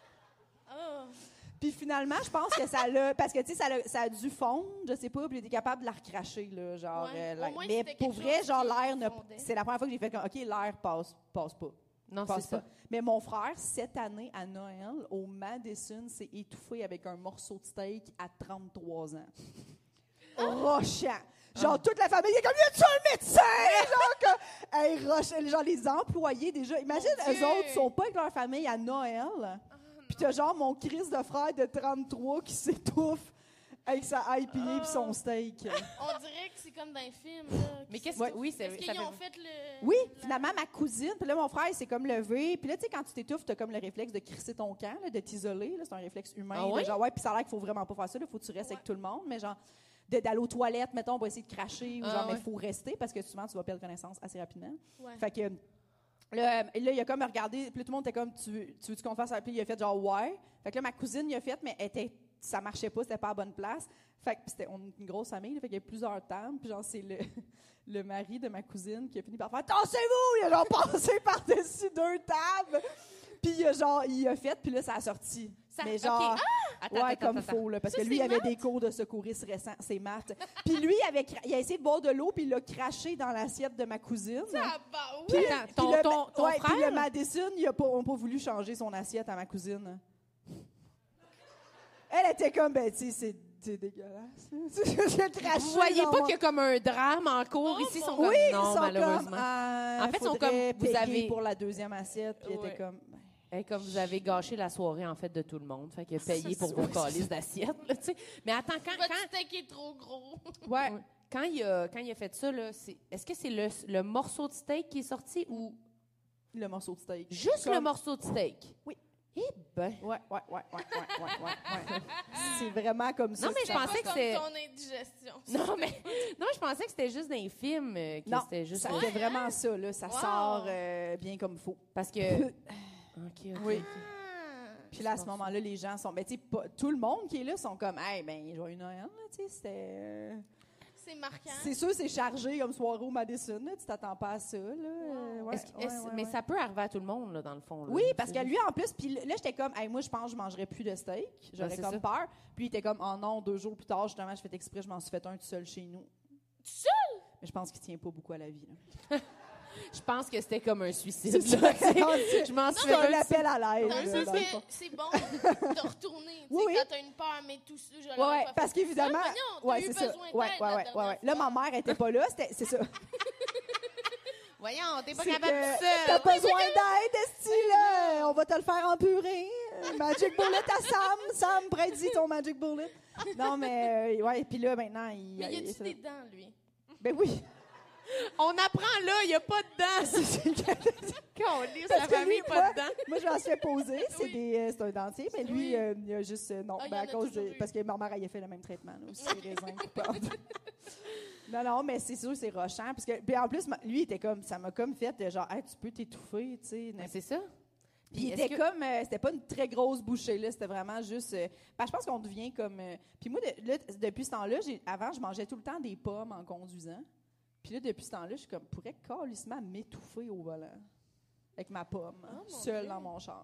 Ah. Puis finalement, je pense que ça l'a, parce que tu sais, ça, l'a- ça a dû fondre, je sais pas, puis il était capable de la recracher, là, genre. Ouais. euh, Au l'air. moins, Mais c'était pour quelque vrai, chose genre, qui l'air ne. fondait. C'est la première fois que j'ai fait comme, OK, l'air passe, passe pas. Non, c'est Passe ça. pas. Mais mon frère, cette année, à Noël, au Madison, s'est étouffé avec un morceau de steak à trente-trois ans. Rochant. Genre, toute la famille est comme, y a-tu un médecin? Genre, que, hey, rochant. Genre, les employés, déjà. Imagine, Mon eux Dieu. autres sont pas avec leur famille à Noël. Puis t'as genre mon Chris de frère de trente-trois qui s'étouffe avec sa I P A et son steak. On dirait que c'est comme dans les films. Là, Mais qui- qu'est-ce Ouais. que. Oui, c'est Est-ce ça qu'ils ont fait- fait le. Oui, la- finalement, ma cousine, puis là, mon frère, il s'est comme levé. Puis là, tu sais, quand tu t'étouffes, t'as comme le réflexe de crisser ton camp, là, de t'isoler. là. C'est un réflexe humain. Ah là, ouais? genre, ouais, puis ça a l'air qu'il faut vraiment pas faire ça. Il faut que tu restes Ouais. avec tout le monde. Mais genre, de- d'aller aux toilettes, mettons, on va essayer de cracher. Ou Ah genre, mais ouais. il faut rester parce que souvent, tu vas perdre connaissance assez rapidement. Ouais. Fait que là, là, il a comme regardé, puis là, tout le monde était comme, tu, veux- tu veux-tu qu'on fasse ça? Puis il a fait genre, ouais. Fait que là, ma cousine, il a fait, mais elle était, ça marchait pas, c'était pas à la bonne place. Fait que puis c'était, on est une grosse famille, là, fait qu'il y a plusieurs tables, puis genre, c'est le, le mari de ma cousine qui a fini par faire, tassez-vous! Il a genre passé par-dessus deux tables. Puis il a genre, il a fait, puis là, ça a sorti. Ça- mais ok. genre, Attends, ouais, attends, comme attends, faux, là, parce Ça, que lui, il c'est avait maths? des cours de secourisme récents, c'est maths. Puis lui, il, avait, cra- il a essayé de boire de l'eau, puis il l'a craché dans l'assiette de ma cousine. Ah, bah oui. Puis, Attends, puis ton- le, ton- ton ouais, puis frère? le Madison, ils n'ont pas, ont pas voulu changer son assiette à ma cousine. Elle était comme, ben, tu sais, c'est, c'est dégueulasse. J'ai craché. Vous voyez dans pas mon- qu'il y a comme un drame en cours Oh, ici? Ils sont mon- comme Oui, ils non, sont malheureusement. comme, ah, En fait, ils sont faudrait comme, vous payer avez- pour la deuxième assiette, puis elle Ouais. était comme, ben, Hey, comme vous avez gâché la soirée, en fait, de tout le monde. Fait que payez pour vos calices d'assiettes, là, tu sais. Mais attends, quand, Votre quand, steak est trop gros. ouais. quand, il a, quand il a fait ça, là, c'est, est-ce que c'est le, le morceau de steak qui est sorti ou Le morceau de steak. juste Comme- le morceau de steak? Oui. Eh ben. Ouais, ouais, ouais, ouais, ouais, ouais, ouais, ouais. C'est vraiment comme ça. Non, mais je C'est pensais pas que comme c'est- ton indigestion. Non, mais non, je pensais que c'était juste dans les films. euh, que Non, c'était juste ça le- fait vraiment ça, là. Ça Wow. sort euh, bien comme il faut. Parce que. OK, OK. Oui. OK. Ah. Puis là, à ce moment-là, les gens sont. Ben, tu sais, pas- tout le monde qui est là sont comme, hey, ben, joyeux Noël, là, tu sais, c'était. euh, C'est marquant. C'est sûr, c'est chargé comme soirée au Madison, là, tu t'attends pas à ça, là. euh, ouais, Est-ce que- ouais, est-ce- ouais, mais ouais. ça peut arriver à tout le monde, là, dans le fond. Là. Oui, parce C'est que juste- lui, en plus, puis là, j'étais comme, hey, moi, je pense que je mangerais plus de steak. J'aurais c'est comme ça. peur. Puis il était comme, oh non, deux jours plus tard, justement, je fais exprès, je m'en suis fait un tout seul chez nous. Tout seul? Mais je pense qu'il tient pas beaucoup à la vie, là. Je pense que c'était comme un suicide. C'est là, ça. tu sais. Je m'en suis C'est fait un un appel à l'aide. Dans le là, sens dans le que fond. c'est bon de retourner. Tu Oui, sais, oui. quand t'as une peur, mais tout ça, je l'aurais Ouais, pas parce fait. qu'évidemment. Ah, voyons, t'as Ouais, eu c'est ça. besoin Ouais, d'aide ouais, la ouais, ouais, dernière ouais. Là, fois. ma mère était pas là, c'était- c'est ça. Voyons, t'es pas C'est capable que tout seul. t'as besoin d'aide, esti, là. On va te le faire en purée. Magic Bullet à Sam. Sam, prédit ton Magic Bullet. Non, mais, euh, ouais, puis là, maintenant, il. Mais y il- a-tu des dents, lui? Ben oui. On apprend là, il n'y a pas de dents. Câlisse, la Parce que famille, lui, pas moi, de dents. moi, je m'en suis fait poser. C'est Oui. des, euh, c'est un dentier, mais lui, Oui. euh, il a juste. euh, non, Ah, il ben, y en à a cause de. toujours eu. Parce que ma mère, elle a fait le même traitement, là, aussi, raisin coupable. Non, non, mais c'est sûr, c'est rochant. Parce que, puis en plus, ma- lui, il était comme. Ça m'a comme fait, euh, genre, hey, tu peux t'étouffer, tu sais. Ben, c'est ça. Puis il est-ce était que- comme, euh, c'était pas une très grosse bouchée, là, c'était vraiment juste, euh, parce que je pense qu'on devient comme, euh, puis moi, de- là, depuis ce temps-là, j'ai- avant, je mangeais tout le temps des pommes en conduisant, puis là, depuis ce temps-là, je suis comme, pourrais calissement m'étouffer au volant, avec ma pomme, Oh, mon seule Dieu. dans mon char.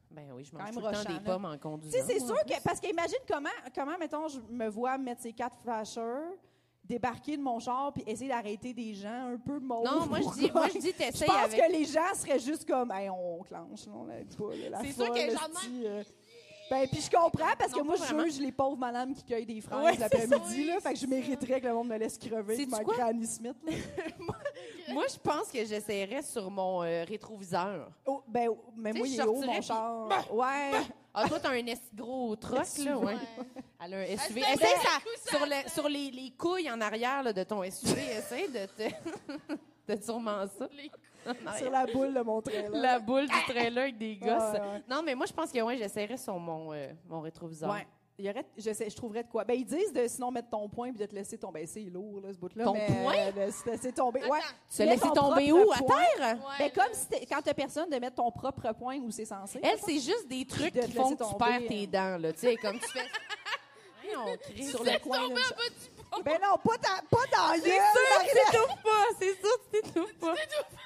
Ben oui, je Quand mange même tout le temps rochant, des là. pommes en Tu conduisant. sais, c'est moi, sûr en plus. que. Parce qu'imagine comment, comment, mettons, je me vois mettre ces quatre flashers, débarquer de mon char, puis essayer d'arrêter des gens un peu mauves. Non, moi, je pour dis, moi, comme- je dis, Je t'essayes pense avec... que les gens seraient juste comme, hey, on clenche, là, on l'aide pas, là, la C'est sûr folle, que les le gens de petit, euh, Ben, puis je comprends, parce que Non, moi, pas je vraiment. juge les pauvres madames qui cueillent des fraises Ouais, c'est l'après-midi, ça. là, fait que je mériterais que le monde me laisse crever Sais-tu comme un quoi? Granny Smith, là. Moi, je pense que j'essaierais sur mon euh, rétroviseur. Oh, ben, mais Tu moi, sais, il je est haut, sortirais, mon puis- char. Ouais. Ah, toi, t'as un esti gros truck, là, ouais. Ouais. Elle a un S U V. Elle se Essaye fait ça, un coup, ça sur, le- fait. sur les, les couilles en arrière là, de ton S U V. Essaye de te... de sûrement ça. Les- en Sur arrière. la boule de mon trailer. La boule du trailer avec des gosses. Ouais, ouais. Non, mais moi, je pense que ouais, j'essaierais sur mon, euh, mon rétroviseur. Ouais. Il y aurait, je, sais, je trouverais de quoi. Ben, ils disent de sinon mettre ton poing puis de te laisser tomber. C'est lourd, là, ce bout-là. Ton mais, poing? euh, de se laisser tomber. Ouais. Attends. Tu te mets laisses ton tomber propre où? À poing. terre? Ouais, Ben, là. comme si t'es- quand t'as personne, de mettre ton propre poing où c'est censé. Elle, c'est juste des trucs De te qui font laisser que tu tomber, perds euh. tes dents, là. Tu sais, comme tu fais... Voyons, Christ. sur le coin. d'une Tomber cha- un petit peu. Ben non, pas dans, pas dans la C'est gueule, sûr que Marie-Laure. tu t'étouffes pas. C'est sûr que tu t'étouffes pas.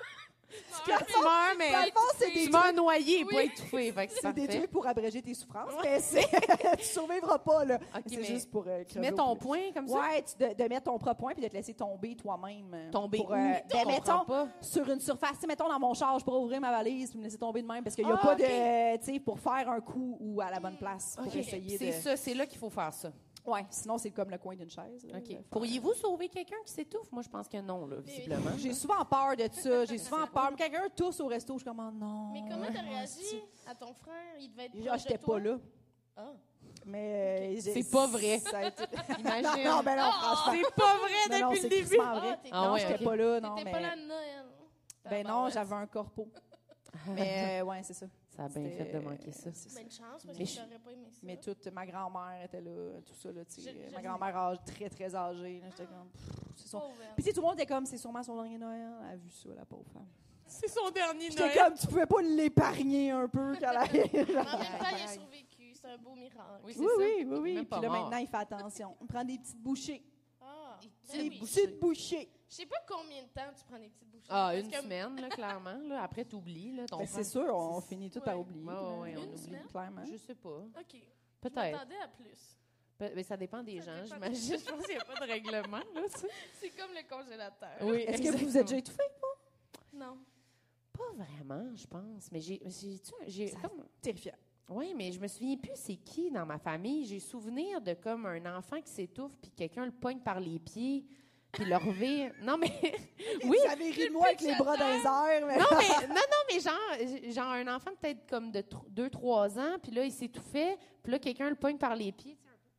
Tu meurs, mais... Dans le fond, c'est des Tu trucs, meurs noyé, Oui. pas étouffé. Fait que c'est c'est des parfait. trucs pour abréger tes souffrances, mais c'est, tu survivras pas, là. OK, c'est mais juste pour euh, tu crever mets au ton plus. poing comme ça? Ouais, tu- de, de mettre ton propre poing puis de te laisser tomber toi-même. euh, Tomber pour, où? euh, Je ben, comprends mettons, pas. sur une surface. Tu sais, mettons, dans mon char, je pourrais ouvrir ma valise puis me laisser tomber de même parce qu'il n'y a Ah, pas OK. de... Tu sais, pour faire un coup ou à la bonne place pour OK. essayer C'est de... ça, c'est là qu'il faut faire ça. Ouais, sinon, c'est comme le coin d'une chaise. là, OK. de faire- Pourriez-vous sauver quelqu'un qui s'étouffe? Moi, je pense que non, là, visiblement. J'ai souvent peur de ça. J'ai souvent peur. Quelqu'un tousse au resto, je suis comme, oh non. Mais comment t'as Ah, réagi c'est- à ton frère? Il devait être Ah, proche j'étais de toi. pas là. Ah. Mais... euh, j'ai- C'est pas vrai. ça a été- Imagine. non, non, ben non, Ah, franchement. C'est pas vrai Non, non, depuis c'est le début. crissement vrai. Ah, t'es- Ah non, ouais, j'étais ok. pas là, non, T'étais mais... pas là de Noël. Ben non, j'avais un corpo. Mais euh, ouais, c'est ça. Ça a bien C'était- fait de manquer ça. c'est ça. Bonne chance, parce Mais que je- j'aurais pas aimé ça. Mais toute ma grand-mère était là, tout ça, là, tu sais. Je- je- Ma grand-mère âgée, très, très âgée. là, J'étais comme, pff, c'est son... Pauvre. Puis tu sais, tout le monde était comme, c'est sûrement son dernier Noël. Elle a vu ça, la pauvre femme. C'est son dernier J'étais comme, tu pouvais pas l'épargner un peu quand elle avait... Mais en même temps, il a survécu. C'est un beau miracle. Oui, Oui, ça. oui, oui, oui. Même Puis pas là, mort. maintenant, il fait attention. On prend des petites bouchées. Ah, Des ben oui. petites bouchées. Je sais pas combien de temps tu prends des petites bouchées. Ah, parce une que- semaine, là, clairement. Là. Après, t'oublies, là, ton Ben, frère. c'est sûr, on finit tout par Ouais. oublier. Ouais, ouais, ouais, là, on Une oublie. semaine? Clairement. Je sais pas. OK. Je Peut-être. m'attendais à plus. Pe- Mais ça dépend des Ça gens, dépend j'imagine. Je pense qu'il n'y a pas de règlement, là, tu sais. C'est comme le congélateur. Oui, Est-ce que vous êtes déjà étouffé? Non. Pas vraiment, je pense. Mais j'ai... j'ai, tu sais, j'ai Ça- comme... Terrifiant. Oui, mais je me souviens plus c'est qui dans ma famille. J'ai souvenir de comme un enfant qui s'étouffe puis quelqu'un le pogne par les pieds puis le revire. Non, mais... Oui. Vous avez ri de moi avec les bras dans les airs. Mais... Non, mais, non, non, mais genre, genre un enfant peut-être comme de deux trois ans, puis là, il s'étouffait, puis là, quelqu'un le pogne par les pieds.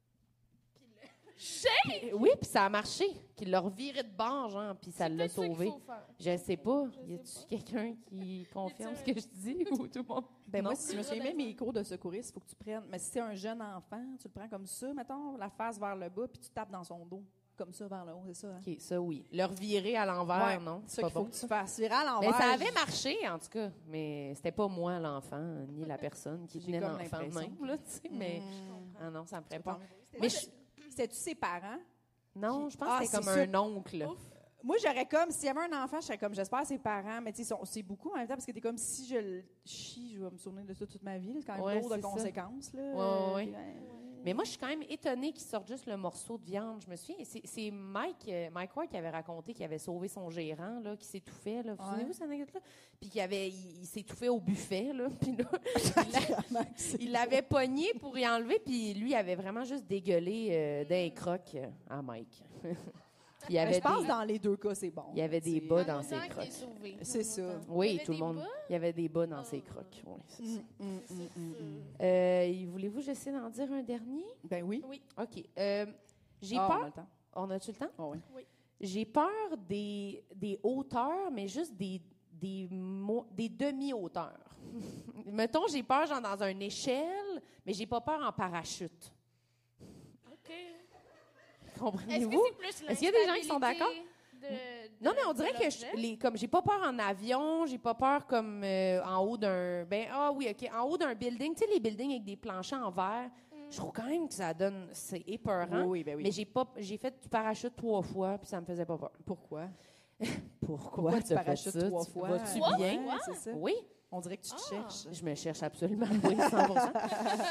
Puis, oui, puis ça a marché. Qu'il l'a reviré de bord, genre, puis ça C'est l'a peut-être ça qu'il sauvé. faut faire. Je sais pas. Je Y sais a-tu pas. quelqu'un qui confirme Y ce a-tu que je dis ou tout le monde? Ben Non. moi, si je me souviens même mes cours de secouriste, il faut que tu prennes. Mais si c'est un jeune enfant, tu le prends comme ça, mettons, la face vers le bas, puis tu tapes dans son dos. Comme ça, vers le haut, c'est ça. Hein? OK, ça, oui. Le revirer à l'envers, Ouais, non? C'est ça pas qu'il faut bon. que tu fasses. Virer à Mais l'envers. ça avait marché, en tout cas. Mais c'était pas moi, l'enfant, ni la personne qui J'ai tenait comme l'enfant de l'impression même, là, tu sais. Mais Mmh. ah non, ça me ferait Attends, pas. Mais je- C'était-tu ses parents? non, je pense Ah, que c'était c'est comme ça. un oncle. Ouf. Moi, j'aurais comme, s'il y avait un enfant, je serais comme, j'espère ses parents, mais tu sais, sont- c'est beaucoup en même temps, parce que t'es comme, si je le chie, je vais me souvenir de ça toute ma vie. là. C'est quand même Ouais, lourd de c'est ça. conséquences. Là. Ouais, Euh, ouais. puis, ouais. Mais moi, je suis quand même étonnée qu'il sorte juste le morceau de viande. Je me souviens, c'est, c'est Mike, euh, Mike Ward qui avait raconté qu'il avait sauvé son gérant, là, qui s'étouffait. Là. Vous Ouais. souvenez-vous de cette anecdote-là? Puis qu'il avait, il, il s'étouffait au buffet. Là. Puis là, il, l'a- il l'avait pogné pour y enlever. Puis lui, il avait vraiment juste dégueulé euh, des crocs euh, à Mike. Puis il y Mais avait je pense des, que dans les deux cas, c'est bon. il y avait des C'est- bas En dans autant ses que t'es crocs. sauvé. C'est ça. En autant. Il y Oui, avait tout le des monde. bas? Il y avait des bas dans Ah. ses crocs. Oui, c'est Mm, ça. mm, mm, mm, mm. Euh, voulez-vous que j'essaie d'en dire un dernier? Ben oui. Oui. OK. Euh, j'ai Ah, on a peur. le temps. On a-tu le temps? Ah oui. J'ai peur des, des hauteurs, mais juste des, des, mo- des demi-hauteurs. Mettons, j'ai peur genre dans une échelle, mais j'ai pas peur en parachute. OK. Est-ce que Comprenez-vous? c'est plus Est-ce qu'il y a des gens qui sont d'accord? l'instabilité de- Non, de- mais on de dirait que l'objet? je, les, comme j'ai pas peur en avion, j'ai pas peur comme euh, en haut d'un ben ah oui, OK, en haut d'un building, tu sais les buildings avec des planchers en verre, je trouve quand même que ça donne c'est épeurant. Oui, oui, ben oui. Mais j'ai pas j'ai fait du parachute trois fois puis ça me faisait pas peur. Pourquoi? Pourquoi, Pourquoi tu t'as fait parachutes ça? trois Tu- fois? Vas-tu Ouais, bien? ouais, c'est ça. Oui. On dirait que tu te Ah. cherches. Je me cherche absolument, oui, cent pour cent.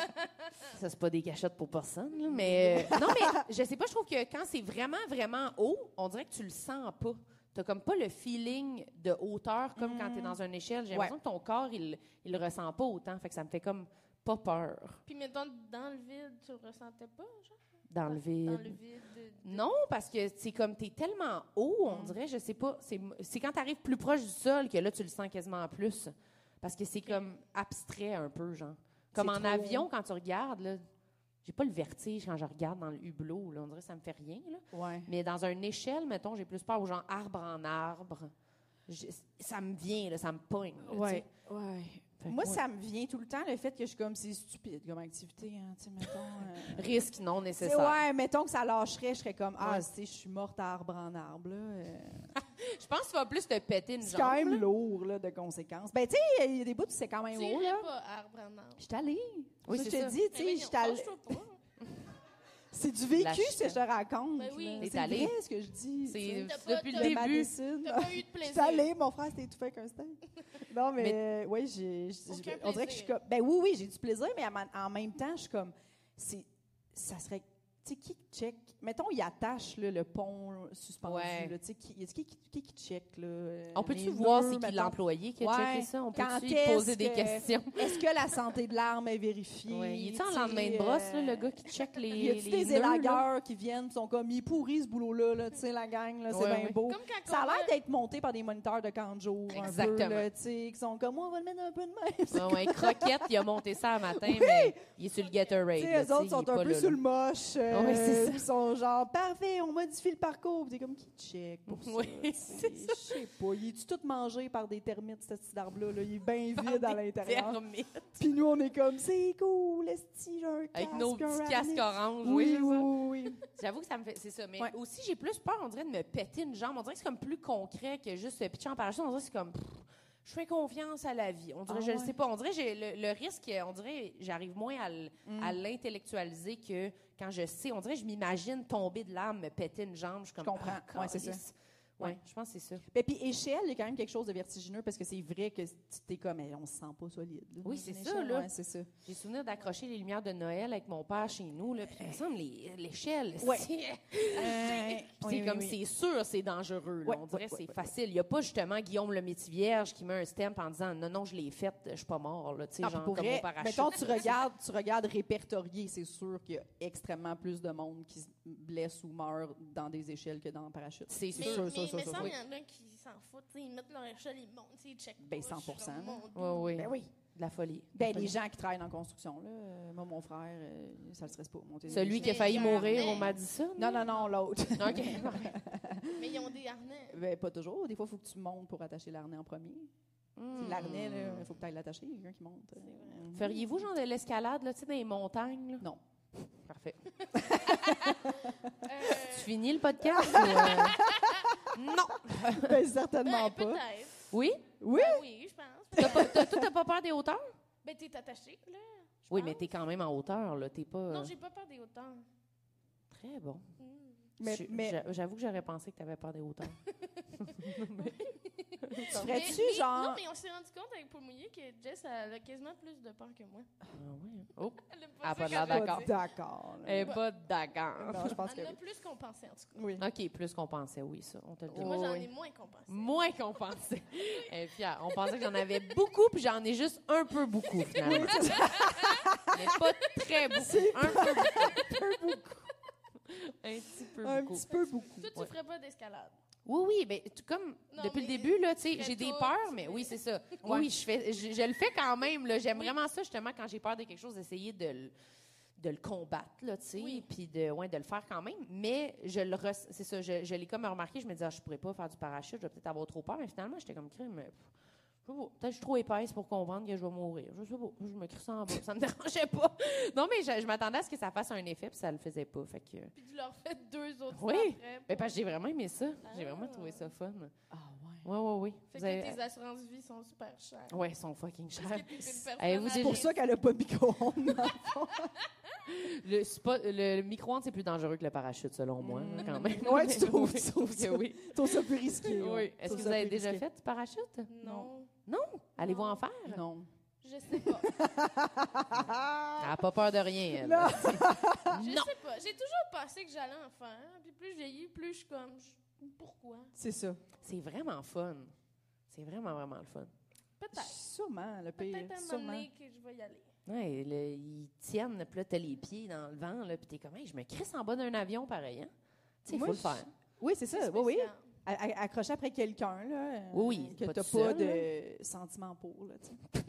Ça, c'est pas des cachettes pour personne, là, mais... euh, non, mais je sais pas, je trouve que quand c'est vraiment, vraiment haut, on dirait que tu le sens pas. T'as comme pas le feeling de hauteur comme quand t'es dans une échelle. J'ai l'impression que ton corps, il, il le ressent pas autant. Fait que ça me fait comme pas peur Puis, mettons, dans le vide, tu le ressentais pas, genre? dans le vide. Dans le vide. de- de- Non, parce que c'est comme t'es tellement haut, on dirait, je sais pas, c'est, c'est quand t'arrives plus proche du sol que là, tu le sens quasiment plus. Parce que c'est comme abstrait un peu, genre. Comme C'est en trop- avion, quand tu regardes, là, j'ai pas le vertige quand je regarde dans le hublot, là. On dirait que ça me fait rien, là. Ouais. Mais dans une échelle, mettons, j'ai plus peur aux gens arbre en arbre. J'ai- ça me vient, là, ça me pogne. là, Ouais. tu Ouais. sais. Fait que Moi, ouais. ça me vient tout le temps le fait que je suis comme, c'est stupide comme activité, hein, tu sais, mettons. euh, Risque non tu sais, nécessaire. ouais, mettons que ça lâcherait, je serais comme, ah, Ouais. tu sais, je suis morte à arbre en arbre, là. euh, Je pense que tu vas plus te péter une C'est jambe. quand même là. lourd, là, de conséquences. Ben, tu sais, il y a des bouts où c'est quand même Tu haut, irais là. pas arbre en arbre. Je suis allée. Oui, Ça, c'est je te ça. dis, tu Mais sais, voyons, je suis allée. fâche-toi pas. C'est du vécu, La ce que je te raconte. Ben oui. là. T'es C'est allée. vrai, ce que je dis. C'est tu sais. T'as pas- depuis t'as- le De ma début. décide. T'as pas eu de Je plaisir. suis allée, mon frère s'était étouffé avec un steak. Non, mais, euh, oui, j'ai. j'ai- Aucun On dirait que je suis plaisir. comme. Ben oui, oui, j'ai du plaisir, mais en en même temps, je suis comme. C'est, ça serait. Tu sais, qui check? Mettons, il attache là, le pont suspendu. Ouais. Là, tu sais, qui, y a qui, qui, qui, qui check? Là, euh, On peut-tu les voir nœuds, c'est qui mettons? l'employé qui a Ouais. checké ça? On Quand peut-tu est-ce poser des que- questions? Est-ce que la santé de l'arme est vérifiée? Ouais. Il est Tu en sais, lendemain de brosse, là, euh, le gars qui check les, Y a-tu les des nœuds, là? élagueurs qui viennent, qui sont comme, il est pourri ce boulot-là, là, tu sais, la gang, là, c'est Ouais, bien ouais. beau. Comme quand Ça a on l'air va- d'être monté par des moniteurs de camp de jour, un peu, Exactement. là, tu sais, qui sont comme, moi, on va le mettre un peu de même. Ouais, ouais, Croquette, il a monté ça un matin, mais il est sur le Gatorade. Tu sais, là, eux autres il est sont pas un peu là, sur là. le moche. euh, Ouais, c'est ça. Ils sont genre, parfait, on modifie le parcours. Puis t'es comme, qui check pour ça? Oui, tu sais? Je sais pas. Il est-tu tout mangé par des termites, ce petit arbre-là? Là? Il est bien vide à l'intérieur. Termites. Puis nous, on est comme, c'est cool, esti, j'ai un Avec casque, nos un petits casques harnais. oranges. Oui, c'est ça. oui, oui. J'avoue que ça me fait. C'est ça. Mais Ouais. aussi, j'ai plus peur, on dirait, de me péter une jambe. On dirait que c'est comme plus concret que juste se pitcher en parachute. On dirait que c'est comme. pff, je fais confiance à la vie. On dirait, Ah je ne ouais. sais pas. On dirait, j'ai le, le risque, on dirait, j'arrive moins à, l- Mm. à l'intellectualiser que quand je sais. On dirait, je m'imagine tomber de l'arme, me péter une jambe. Je suis comme. Je comprends. ah, Ouais, c'est ça. calisse. Ouais, Ouais. je pense que c'est ça. Ben, puis échelle, il y a quand même quelque chose de vertigineux parce que c'est vrai que tu t'es comme, eh, on se sent pas solide. là, Oui, dans c'est une ça, échelle. là. Ouais, c'est ça. J'ai souvenir d'accrocher les lumières de Noël avec mon père chez nous. Là, puis il me semble, les- l'échelle, Ouais. c'est Euh, c'est oui, oui, comme, oui. c'est sûr, c'est dangereux. là. Ouais, on dirait ouais, que c'est ouais, ouais, facile. Il n'y a pas justement Guillaume le métier vierge qui met un stamp en disant non, non, je l'ai faite, je suis pas mort. Là, tu sais, Ah, puis genre pour comme vrai, mon parachute. mettons, tu regardes, tu regardes répertorié, c'est sûr qu'il y a extrêmement plus de monde qui se blesse ou meurt dans des échelles que dans le parachute. C'est Mais, sûr. mais, sûr, sûr, mais sûr, ça, oui. il y en a qui s'en foutent. T'sais, ils mettent leur échelle, ils montent, t'sais, ils checkent Ben, pas. cent Je suis pour cent, comme, là. mon Oui, oui. Ben oui. De la folie. Ben, De la les folie. gens qui travaillent dans la construction, là, euh, moi, mon frère, euh, ça le stresse pas. Monter des Celui qui a échelles. failli Mais il y a un mourir, harnais. on m'a dit ça. Non, non, non, l'autre. OK. Mais ils ont des harnais. Ben, pas toujours. Des fois, il faut que tu montes pour attacher l'arnais en premier. Hmm. C'est L'arnais, là, il faut que tu ailles l'attacher. Il y a quelqu'un qui monte. C'est vrai. Mhm. Feriez-vous genre de l'escalade, là, tu sais, dans les montagnes? là? Non. Parfait. Euh, Tu finis le podcast? ou, euh? Non. Ben, certainement ben, pas. peut-être. Oui? Oui? Ben oui, je pense. T'as pas, t'as, toi, t'as pas peur des hauteurs? Ben, t'es attaché, là. je Oui, pense. mais t'es quand même en hauteur, là. T'es pas. euh, Non, j'ai pas peur des hauteurs. Très bon. Hmm. Mais, Je- mais j'a- J'avoue que j'aurais pensé que tu avais peur des hauteurs. tu Mais- ferais-tu mais- genre. Non, mais on s'est rendu compte avec Paul Mouillé que Jess elle a quasiment plus de peur que moi. Ah ouais. Oh, Elle a pas Ah, ça pas de quand l'air elle d'accord. dit. D'accord. là. elle est pas d'accord. Non, je pense que Elle en a oui. plus qu'on pensait, en tout cas. Oui. OK, plus qu'on pensait, oui, ça. On te le dit. Et moi, j'en oui. ai moins qu'on pensait. Moins qu'on pensait. Elle est fière. On pensait que j'en avais beaucoup, puis j'en ai juste un peu beaucoup, finalement. Mais pas très beaucoup. Un peu beaucoup. Un petit peu Un beaucoup. petit peu beaucoup. Toi, tu Ouais. ferais pas d'escalade. Oui, oui, ben, tu- comme Non, depuis le mais début, là, tu sais, tu j'ai ferais des tout, peurs, tu mais fais- oui, c'est ça. Ouais. Oui, je, fais, je, je le fais quand même, là. J'aime Oui. vraiment ça, justement, quand j'ai peur de quelque chose, d'essayer de le, de le combattre, là, tu sais, Oui. puis de, ouais, de le faire quand même. Mais je le res- c'est ça, je, je l'ai comme remarqué, je me disais, ah, je pourrais pas faire du parachute, je vais peut-être avoir trop peur, mais finalement, j'étais comme crime, mais. pff, je sais pas, peut-être que je suis trop épaisse pour comprendre que je vais mourir. Je sais pas. Je me crie ça en bas. Ça me dérangeait pas. Non, mais je, je m'attendais à ce que ça fasse un effet, puis ça le faisait pas. Fait que. Puis tu leur fais deux autres Oui. fois après. Ben, parce que j'ai vraiment aimé ça. J'ai Ah. vraiment trouvé ça fun. Ah ouais. Oui, oui, oui. Fait Vous que avez- tes assurances vie sont super chères. Ouais, ils sont fucking Est-ce chers. que t'es une personne Avez-vous à C'est pour risque? ça qu'elle a pas de micro-ondes. Le, spa- le, le micro-ondes, c'est plus dangereux que le parachute, selon moi, là, quand même. Ouais, tu trouves, Oui, tu trouves je ça. trouve que oui. Je trouve ça plus risqué. ouais. Oui. Je Est-ce trouve que ça vous avez plus déjà risqué. fait du parachute? Non. Non? Allez-vous Non. en faire? Non. Je sais pas. Elle n'a pas peur de rien, elle. Non. Je Non. sais pas. J'ai toujours pensé que j'allais en faire. Puis plus je vieillis, plus je suis comme... je- Pourquoi? C'est ça. C'est vraiment fun. C'est vraiment, vraiment le fun. Peut-être. Sûrement, le pire. Peut-être un moment Sûrement. donné que je vais y aller. Ouais, le- ils tiennent, puis là, t'as les pieds dans le vent, là, puis t'es comme, hey, je me crisse en bas d'un avion pareil, hein? Tu sais, il Moi, faut le je- faire. Oui, c'est ça. C'est Oui, oui. spécial. A- a- Accroché après quelqu'un, là. euh, Oui, oui, Que pas t'as tout pas seul, de sentiments pour, là, tu sais.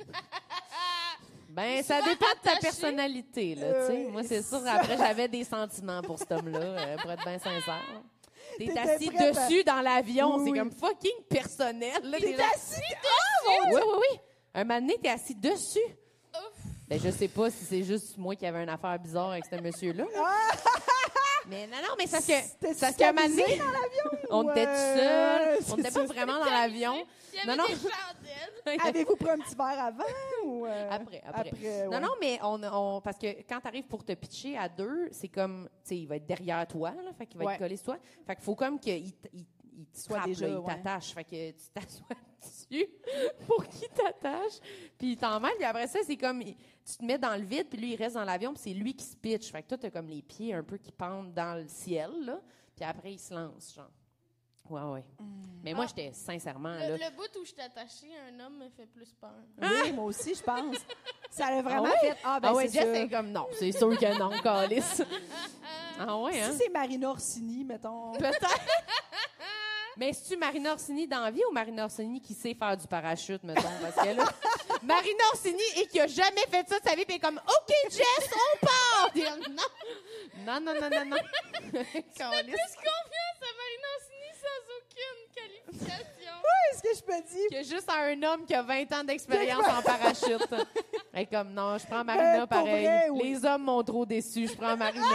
Ben, ça souvent dépend de ta attaché. personnalité, là, tu sais. Euh, Moi, c'est sûr, ça- après, j'avais des sentiments pour cet homme-là, euh, pour être bien sincère. T'es T'étais assis prête à- dessus dans l'avion, Oui, c'est oui. comme fucking personnel, là. T'es T'es genre- assis! Oui, oui, oui. Un moment donné, t'es assis dessus. Ouf. Ben, je sais pas si c'est juste moi qui avais une affaire bizarre avec ce monsieur-là. Mais non, non, mais c'est parce que, T'es c'est parce qu'à un moment donné, dans l'avion? on était tout Ouais, seul, on c'est n'était pas ça. vraiment dans l'avion. Il y avait Non, non. des chandelles. Avez-vous pris un petit verre avant ou euh, Après, après. ouais. Non, non, mais on, on, parce que quand tu arrives pour te pitcher à deux, c'est comme, tu sais, il va être derrière toi, là, fait qu'il va Ouais. être collé sur toi. Fait qu'il faut comme qu'il t- il, il te Soit frappe, déjà, là, il ouais. t'attache. Fait que tu t'assois dessus pour qu'il t'attache. Puis il t'emmène, puis après ça, c'est comme, il- tu te mets dans le vide, puis lui, il reste dans l'avion, puis c'est lui qui se pitch. Fait que toi, t'as comme les pieds un peu qui pendent dans le ciel, là. Puis après, il se lance, genre. Ouais, ouais. Mais moi, Ah. j'étais sincèrement, Le, là. le bout où je suis attachée à un homme me fait plus peur. Oui, moi aussi, je pense. Ça a vraiment Ah ouais? fait. Ah, ben, Ah ouais, c'est Jess, ça. c'est comme, non, c'est sûr que non, calice. Ah ouais, hein? Si c'est Marina Orsini, mettons. Peut-être. Mais c'est-tu Marina Orsini dans la vie ou Marina Orsini qui sait faire du parachute, mettons? Parce que là, Marina Orsini et qui a jamais fait ça de sa vie, puis elle est comme, OK, Jess, on part! Puis elle, non. Non, non, non, non, non. Calice. Plus confiance à Marina Orsini sans aucune qualification. Qu'est-ce que je peux dire? Que juste à un homme qui a vingt ans d'expérience en parachute. Elle est comme, non, je prends Marina Ben, pour pareil. vrai, oui. Les hommes m'ont trop déçu, je prends Marina.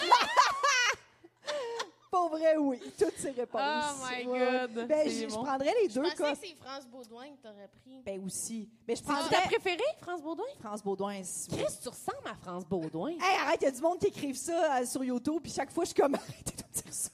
Pour vrai, oui. Toutes ces réponses. Oh my Ouais. God. Ben, C'est je, je bon. prendrais les Je deux pensais cas. que c'est France Baudouin que t'aurais pris. Ben, aussi. Mais je C'est ta prendrais préférée, France Baudouin? France Baudouin. si- Chris, tu ressembles à France Baudouin. Hey, arrête, il y a du monde qui écrive ça euh, sur YouTube, puis chaque fois, je suis comme, arrêtez de me dire ça.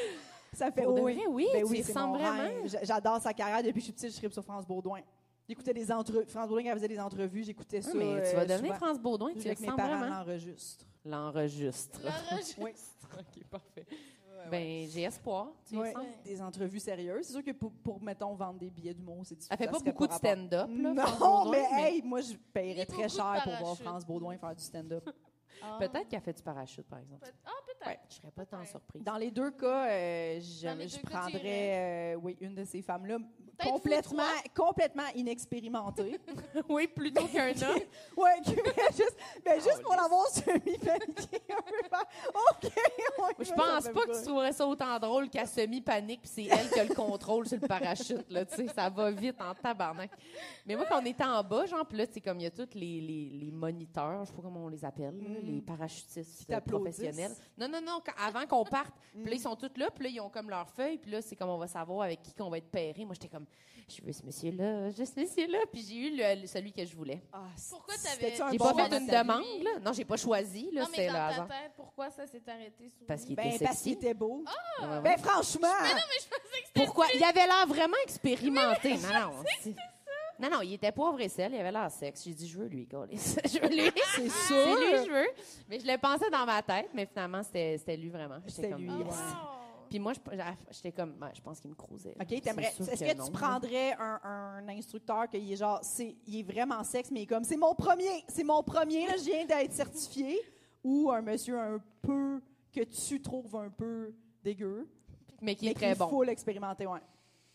Ça fait Pour de oui. vrai, oui, Ben tu oui, y c'est ressembles mon vraiment. rêve. J- J'adore sa carrière. Depuis que je suis petite, je tripe sur France Baudouin. J'écoutais des entrevues. France Baudouin, quand elle faisait des entrevues, j'écoutais ça. Ah, mais tu vas euh, devenir souvent. France Baudouin, Je tu veux y que mes ressembles parents vraiment. l'enregistrent. L'enregistre. L'enregistre. Oui. OK, parfait. Ben, j'ai espoir. Tu y Ouais. ressembles. Des entrevues sérieuses. C'est sûr que pour, pour, mettons, vendre des billets du monde, c'est difficile. Elle fait pas ça serait beaucoup de rapport. stand-up, là, France Non, Baudouin, mais, mais hey, moi, je paierais Ni très beaucoup de cher pour voir parachutes. France Baudouin faire du stand-up. Ah. peut-être qu'elle fait du parachute, par exemple. Peut- Ah, peut-être. Ouais. Je serais pas tant Ouais. surprise. Dans les deux cas, euh, je, Dans les je deux cas, tu prendrais euh, oui, une de ces femmes-là, Peut-être complètement, vous complètement inexpérimentée. oui, plutôt qu'un homme. Oui, mais juste, mais juste Oh, pour l'avoir semi-paniqué un peu. faire, OK, on y Je va, pense ça fait pas que tu trouverais ça autant drôle qu'elle semi-panique puis c'est elle qui a le contrôle sur le parachute, là, tu sais, ça va vite en tabarnak. Mais moi, quand on était en bas, genre, puis là, c'est comme il y a tous les, les, les moniteurs, je sais pas comment on les appelle, là, Mm. les parachutistes Qui t'applaudissent. professionnels. Non, non, non, quand- avant qu'on parte, puis là, ils sont tous là, puis là, ils ont comme leur feuille, puis là, c'est comme on va savoir avec qui qu'on va être pairé. Moi, j'étais comme, je veux ce monsieur-là, je veux ce monsieur-là, puis j'ai eu le- le- celui que je voulais. Ah, Pourquoi c'était-tu t'avais- un J'ai bon pas fait moment une de ta vie? demande, là. Non, j'ai pas choisi, là, Non, mais c'est dans le ta hasard. tête, pourquoi ça s'est arrêté sur Parce lui? qu'il Ben, était parce qu'il sexy. était beau. Ouais, ouais. Ben, franchement, Non, mais je pensais que c'était... Pourquoi? Il avait l'air vraiment expérimenté. Non, non. c'est- Non, non, il était poivre et sel, il avait l'air sexe. J'ai dit, je veux lui, câlisse. Je veux lui. c'est C'est sûr. lui, je veux. Mais je le pensais dans ma tête, mais finalement, c'était c'était lui vraiment. J'étais C'était comme, lui, yes. ouais. Oh. Puis moi, je- j'étais comme, ouais, je pense qu'il me crousait. OK, t'aimerais. C'est sûr Est-ce que, non, tu là. prendrais un, un instructeur qui est genre, c'est, il est vraiment sexe, mais il est comme, c'est mon premier, c'est mon premier, là, je viens d'être certifié, ou un monsieur un peu, que tu trouves un peu dégueu, Mais qui mais est très qu'il bon. faut l'expérimenter, ouais.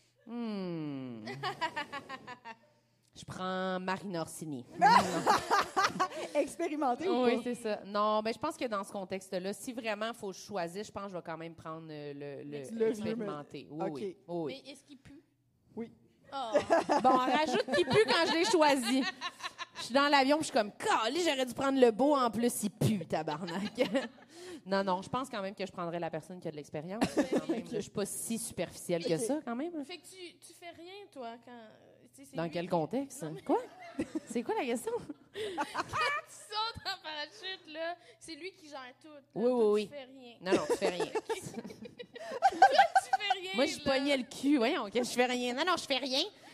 Hmm. Je prends Marina Orsini. Expérimenter ou Oui, pas? c'est ça. Non, mais je pense que dans ce contexte-là, si vraiment il faut choisir, je pense que je vais quand même prendre euh, le, le, Le- le- expérimenté. Oui, OK. oui. Oui, oui. Mais est-ce qu'il pue? Oui. Oh. Bon, on rajoute qui pue quand je l'ai choisi. Je suis dans l'avion, puis je suis comme, calé, j'aurais dû prendre le beau, en plus, il pue, tabarnak. Non, non, je pense quand même que je prendrais la personne qui a de l'expérience. là, quand même. Je suis pas si superficielle que ça, quand même. Fait que tu, tu fais rien, toi, quand... tu sais, c'est Dans lui quel qui- contexte? Non, mais- Quoi? C'est quoi la question? Tu sautes en parachute, là, c'est lui qui gère tout. là. Oui, Toi, oui, oui. Tu fais rien. Non, non, tu fais rien. Tu fais rien, Moi, je là. pognais le cul. Voyons, que je fais rien. Non, non, je fais rien.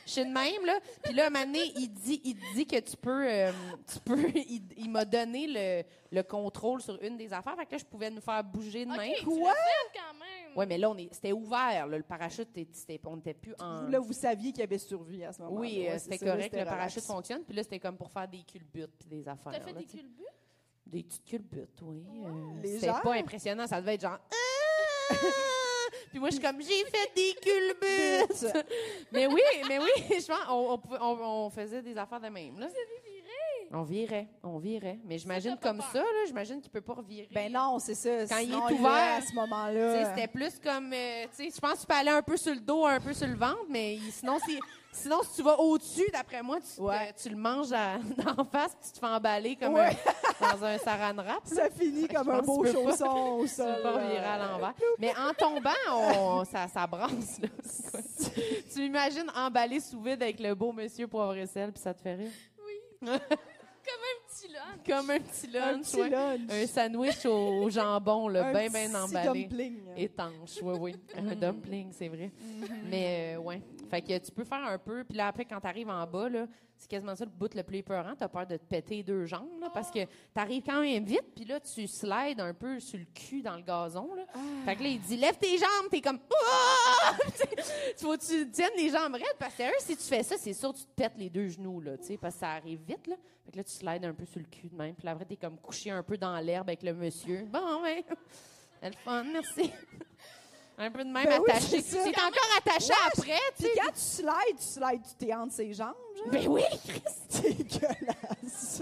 Je suis de même, là. Puis là, un moment donné, il dit, il dit que tu peux... euh, tu peux il il m'a donné le, le contrôle sur une des affaires. Fait que là, je pouvais nous faire bouger de OK, même. tu l'as fait quand même. Oui, mais là, on est, c'était ouvert. Là, le parachute, c'était, on n'était plus en... Là, vous saviez qu'il y avait survie à ce moment-là. Oui, Ouais, euh, c'est c'était ça, correct. c'était Le relax. parachute fonctionne. Puis là, c'était comme pour faire des culbutes puis des affaires. T'as fait là, des tu sais. culbutes? Des petites culbutes, oui. Euh, Les c'était gens? pas impressionnant. Ça devait être genre... Ah! Puis moi, je suis comme, j'ai fait des culbutes. mais oui, mais oui, je pense, on, on, pouvait- on, on faisait des affaires de même, là. On virait, on virait. Mais j'imagine t'as pas comme peur? ça, là, j'imagine qu'il peut pas revirer. Ben non, c'est ça. Quand il Sinon, est ouvert, là, à ce Tu sais, moment-là. c'était plus comme, euh, tu sais, je pense que tu peux aller un peu sur le dos, un peu sur le ventre, mais il- sinon, c'est, sinon si tu vas au-dessus, d'après moi, tu, te- Ouais. tu le manges à, d'en face, puis tu te fais emballer comme Ouais. un- dans un saran wrap. Ça finit comme un pense beau que tu peux pas- chausson au Tu sol. peux pas là. virer à l'envers. Mais en tombant, on, ça, ça brasse. Là. C'est quoi? Tu m'imagines emballé sous vide avec le beau monsieur poivre et sel, puis ça te fait rire? Oui. Comme un petit lunch. Comme un petit Un lunch, petit ouais. lunch. Un sandwich au, au jambon, là, Un bien, bien petit emballé. dumpling. Étanche, oui, oui. Un dumpling, c'est vrai. Mais, euh, ouais. Fait que tu peux faire un peu, puis là, après, quand t'arrives en bas, là, c'est quasiment ça le bout le plus épeurant. T'as peur de te péter les deux jambes, là, parce que t'arrives quand même vite, puis là, tu slides un peu sur le cul dans le gazon, là. Fait que là, il dit, lève tes jambes, t'es comme, ah! Tu faut que tu tiennes les jambes raides, parce que sérieux, si tu fais ça, c'est sûr que tu te pètes les deux genoux, là, tu sais, parce que ça arrive vite, là. Fait que là, tu slides un peu sur le cul de même, puis là, après, t'es comme couché un peu dans l'herbe avec le monsieur. Bon, ouais. C'est le fun, merci. Un peu de même Ben oui, attaché. c'est ça. C'est encore attaché Ouais, après, tu Puis sais. quand tu slides, tu slides, tu t'es entre ses jambes, genre. Ben oui, Chris. C'est dégueulasse.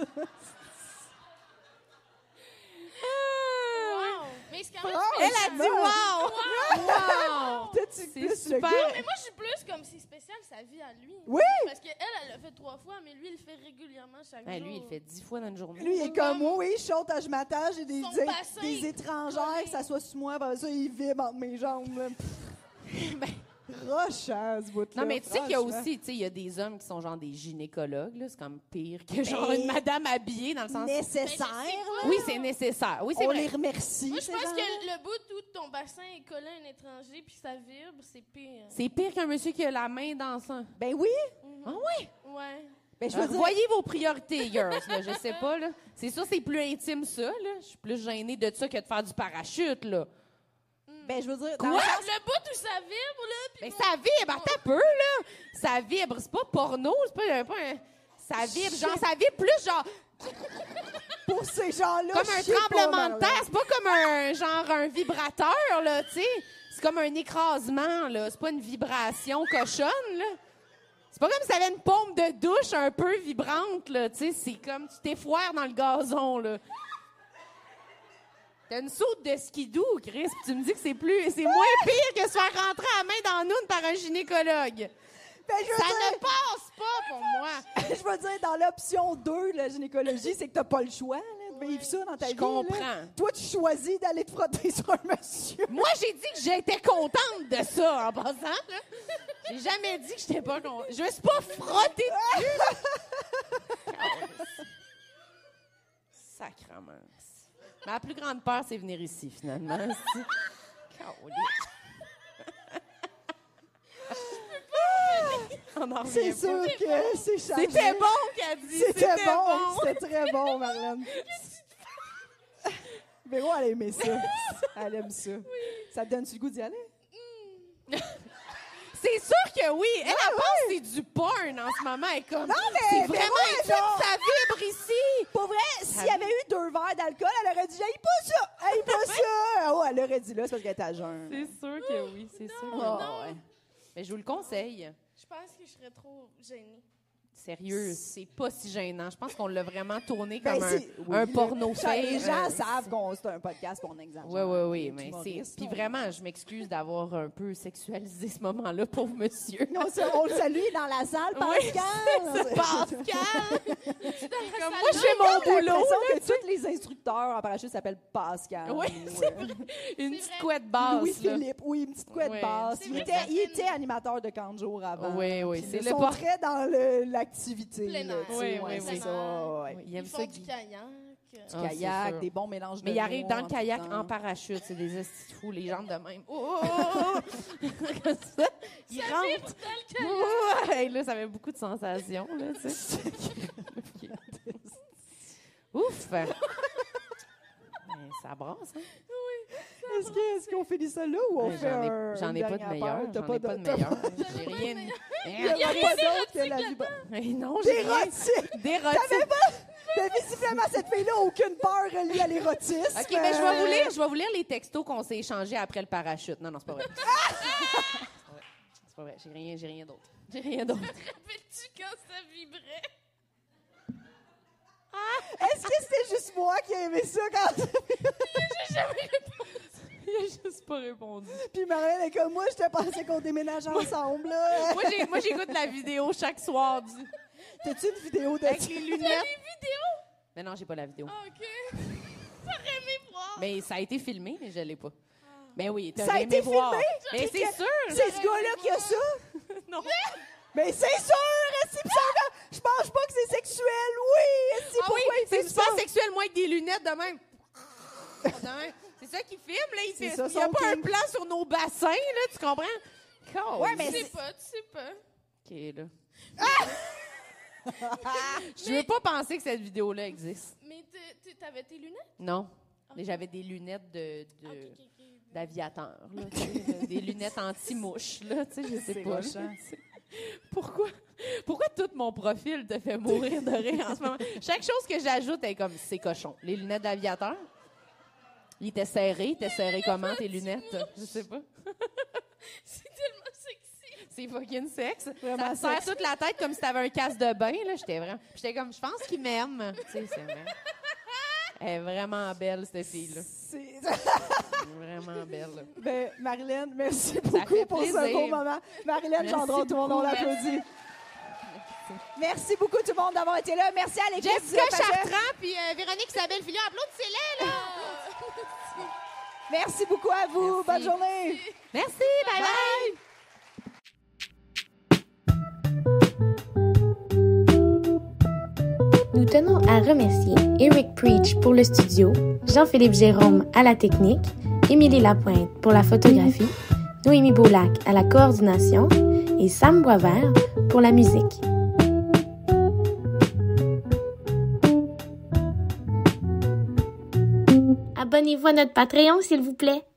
Wow. Mais c'est quand même Oh, Elle a spécial. dit wow! Wow! T'as-tu C'est plus le super. gars? Mais moi, je suis plus comme c'est spécial sa vie à lui. Oui! Parce qu'elle, elle l'a fait trois fois, mais lui, il le fait régulièrement chaque Ben, jour. lui, il le fait dix fois dans une journée. Lui, il est comme moi, oui, je saute à je m'attache, j'ai des, Son des, bassin des étrangères, collé. que ça soit sur moi, ben ça, il vibre entre mes jambes. Là. Rochant, ce bout-là. Non, mais tu sais qu'il y a franchement. aussi, tu sais, il y a des hommes qui sont genre des gynécologues, là. C'est comme pire que genre Ben, une madame habillée, dans le sens... Nécessaire. Ben, je sais pas. Oui, c'est nécessaire. Oui, c'est On vrai. les remercie. Moi, je ces pense gens-là. que le bout où ton bassin est collé à un étranger puis ça vibre, c'est pire. C'est pire qu'un monsieur qui a la main dans son... Ben oui. Ah oui? Ouais. Ben, je veux Euh, dire, Voyez vos priorités, girls. Là, je sais pas, là. C'est sûr, c'est plus intime, ça, là. Je suis plus gênée de ça que de faire du parachute, là. ben, je veux dire, dans Quoi? le sens- Le bout où ça vibre, là, puis Mais mon- ça vibre, attends un peu, là. Ça vibre. C'est pas porno, c'est pas, pas un... Ça vibre, genre, ça vibre plus, genre, pour ces gens-là, comme un je sais pas, tremblement de Marlène. terre. C'est pas comme un, genre, un vibrateur, là, tu sais. C'est comme un écrasement, là. C'est pas une vibration cochonne, là. C'est pas comme si t'avais une pompe de douche un peu vibrante, là, tu sais. C'est comme tu t'effoires dans le gazon, là. T'as une saute de skidoo, Chris, puis tu me dis que c'est plus, c'est moins pire que se faire rentrer la main dans nous par un gynécologue. Ben, je veux Ça dire, ne passe pas pour moi. je veux dire, dans l'option deux de la gynécologie, c'est que t'as pas le choix là, de vivre ça dans ta Je vie. comprends. Là. Toi, tu choisis d'aller te frotter sur un monsieur. Moi, j'ai dit que j'étais contente de ça, en passant. Là. J'ai jamais dit que j'étais pas contente. Je me suis pas frottée dessus. là. Sacrement. Ma plus grande peur, c'est venir ici, finalement. C'est- Calique. On en C'est revient sûr pas. que c'est chargé. C'était bon qu'elle dit. C'était bon. C'était très bon, Marlène. Véro, elle aimait ça. Elle aime ça. Ça te donne-tu le goût d'y aller? C'est sûr que oui. Elle, elle pense que c'est du porn en ce moment. Elle est comme, Non, mais- c'est mais vraiment ouais, intime, non. ça vibre ici. Pour vrai, s'il y avait eu deux verres d'alcool, elle aurait dit « Hey, pas ça! Hey, pas ça! » Oh, elle aurait dit là, c'est parce qu'elle était à jeun. C'est sûr que oui, c'est sûr. Oh, non. ouais. Mais je vous le conseille. Je pense que je serais trop gênée. Sérieux, c'est pas si gênant. Je pense qu'on l'a vraiment tourné Ben, comme un, c'est- oui, un là. porno Ça, Les fait. gens Euh, savent qu'on c'est un podcast pour on exagère. Oui, oui, oui, Les mais c'est... humoristes, Puis on- vraiment, je m'excuse d'avoir un peu sexualisé ce moment-là, pauvre monsieur. Non, ça, on le salue dans la salle, Oui, Pascal! Pascal! Comme moi, je J'ai fais mon boulot, l'impression là. que tous les instructeurs en parachute s'appellent Pascal. Oui, Ou, c'est euh, vrai. Une petite vrai. couette basse, là. Louis-Philippe, oui, une petite couette Ouais. basse. C'est Il vrai était, que ça il fait était une- animateur de camp de jour avant. Oui, oui, Puis c'est ils le sont por- très dans le- l'activité. Plein là, air. tu sais, Oui, ouais, oui, c'est oui. ça, ouais. Oui, il Ils aime font ça, du Guy. kayak. Du Ah, kayak, c'est sûr. des bons mélanges de Mais il arrive mots dans le en kayak tout temps. en parachute. C'est des estis fous, les jambes de même. Oh, oh, oh, oh. Comme ça, il rentre. Ouais, là, ça fait beaucoup de sensations. Là, tu sais. Ouf! Ben, ça brasse, hein? Est-ce que- est-ce qu'on finit ça là ou on Ben, fait j'en ai, un- j'en une ai pas de dernière meilleur. peur? T'as J'en ai pas de t'as meilleur. t'as J'ai rien. Il y a pas d'autre que la vie. Eh non, j'ai rien. D'érotique! D'érotique. Mais visiblement, cette fille-là n'a aucune peur reliée à l'érotisme. OK, mais je vais vous lire, je vais vous lire les textos qu'on s'est échangés après le parachute. Non, non, c'est pas vrai. C'est pas vrai. C'est pas vrai. J'ai rien, j'ai rien d'autre. J'ai rien d'autre. Rappelles-tu quand ça vibrait? Est-ce que c'était juste moi qui ai aimé ça quand... J'ai jamais répondu. Il a juste pas répondu. Puis Marianne est comme moi, je te pensais qu'on déménageait ensemble, là. Moi, j'ai, moi, j'écoute la vidéo chaque soir du... T'as-tu une vidéo de... avec les lunettes. Les vidéos? Mais non, j'ai pas la vidéo. Ah, OK. J'aurais aimé voir. Mais ça a été filmé, mais je l'ai pas. Mais oui, t'as Ça a aimé été voir. filmé? Mais c'est sûr. C'est ce gars-là qui a ça? Non. Mais c'est sûr! Est-ce que ça- Je pense pas que c'est sexuel, oui! Est-ce que Ah pourquoi oui, il c'est filme super ça? sexuel, moi, avec des lunettes de même. De même. C'est ça qu'il filme, là. Il C'est fait, ça, il y a son pas un kink. plan sur nos bassins, là, tu comprends? Ouais, mais Tu sais c'est- pas, tu sais pas. OK, là. Je veux pas penser que cette vidéo-là existe. Mais t'es- t'es- t'avais tes lunettes? Non. Mais j'avais des lunettes de... de... Ah, OK, OK, OK. d'aviateur, là, tu sais, des lunettes anti-mouches, là, tu sais, je sais C'est pas. rochant. là, tu sais. Pourquoi, pourquoi tout mon profil te fait mourir de rire en ce moment? Chaque chose que j'ajoute est comme, c'est cochon. Les lunettes d'aviateur, ils étaient serrés, ils étaient serrés comment, tes lunettes? Je sais pas. C'est tellement sexy. C'est fucking sexe. Vraiment Ça te serre sexe. toute la tête comme si t'avais un casque de bain, là, j'étais vraiment... J'étais comme, je pense qu'il m'aime. Tu sais, c'est vrai. Elle est vraiment belle, cette fille-là. C'est... Vraiment belle. Ben, Marilyn, merci fait beaucoup pour plaisir. ce beau moment. Marilyn Merci Gendron, tout le monde, on beaucoup, l'applaudit. Merci beaucoup tout le monde d'avoir été là. Merci à l'équipe. Jessica du Pageant. Chartrand puis euh, Véronique Isabelle Fillon, applaudissez-les, là! Merci beaucoup à vous. Merci. Bonne journée. Merci, bye bye! Nous tenons à remercier Eric Preach pour le studio, Jean-Philippe Jérôme à la technique, Émilie Lapointe pour la photographie, Noémie Boulac à la coordination et Sam Boisvert pour la musique. Abonnez-vous à notre Patreon, s'il vous plaît.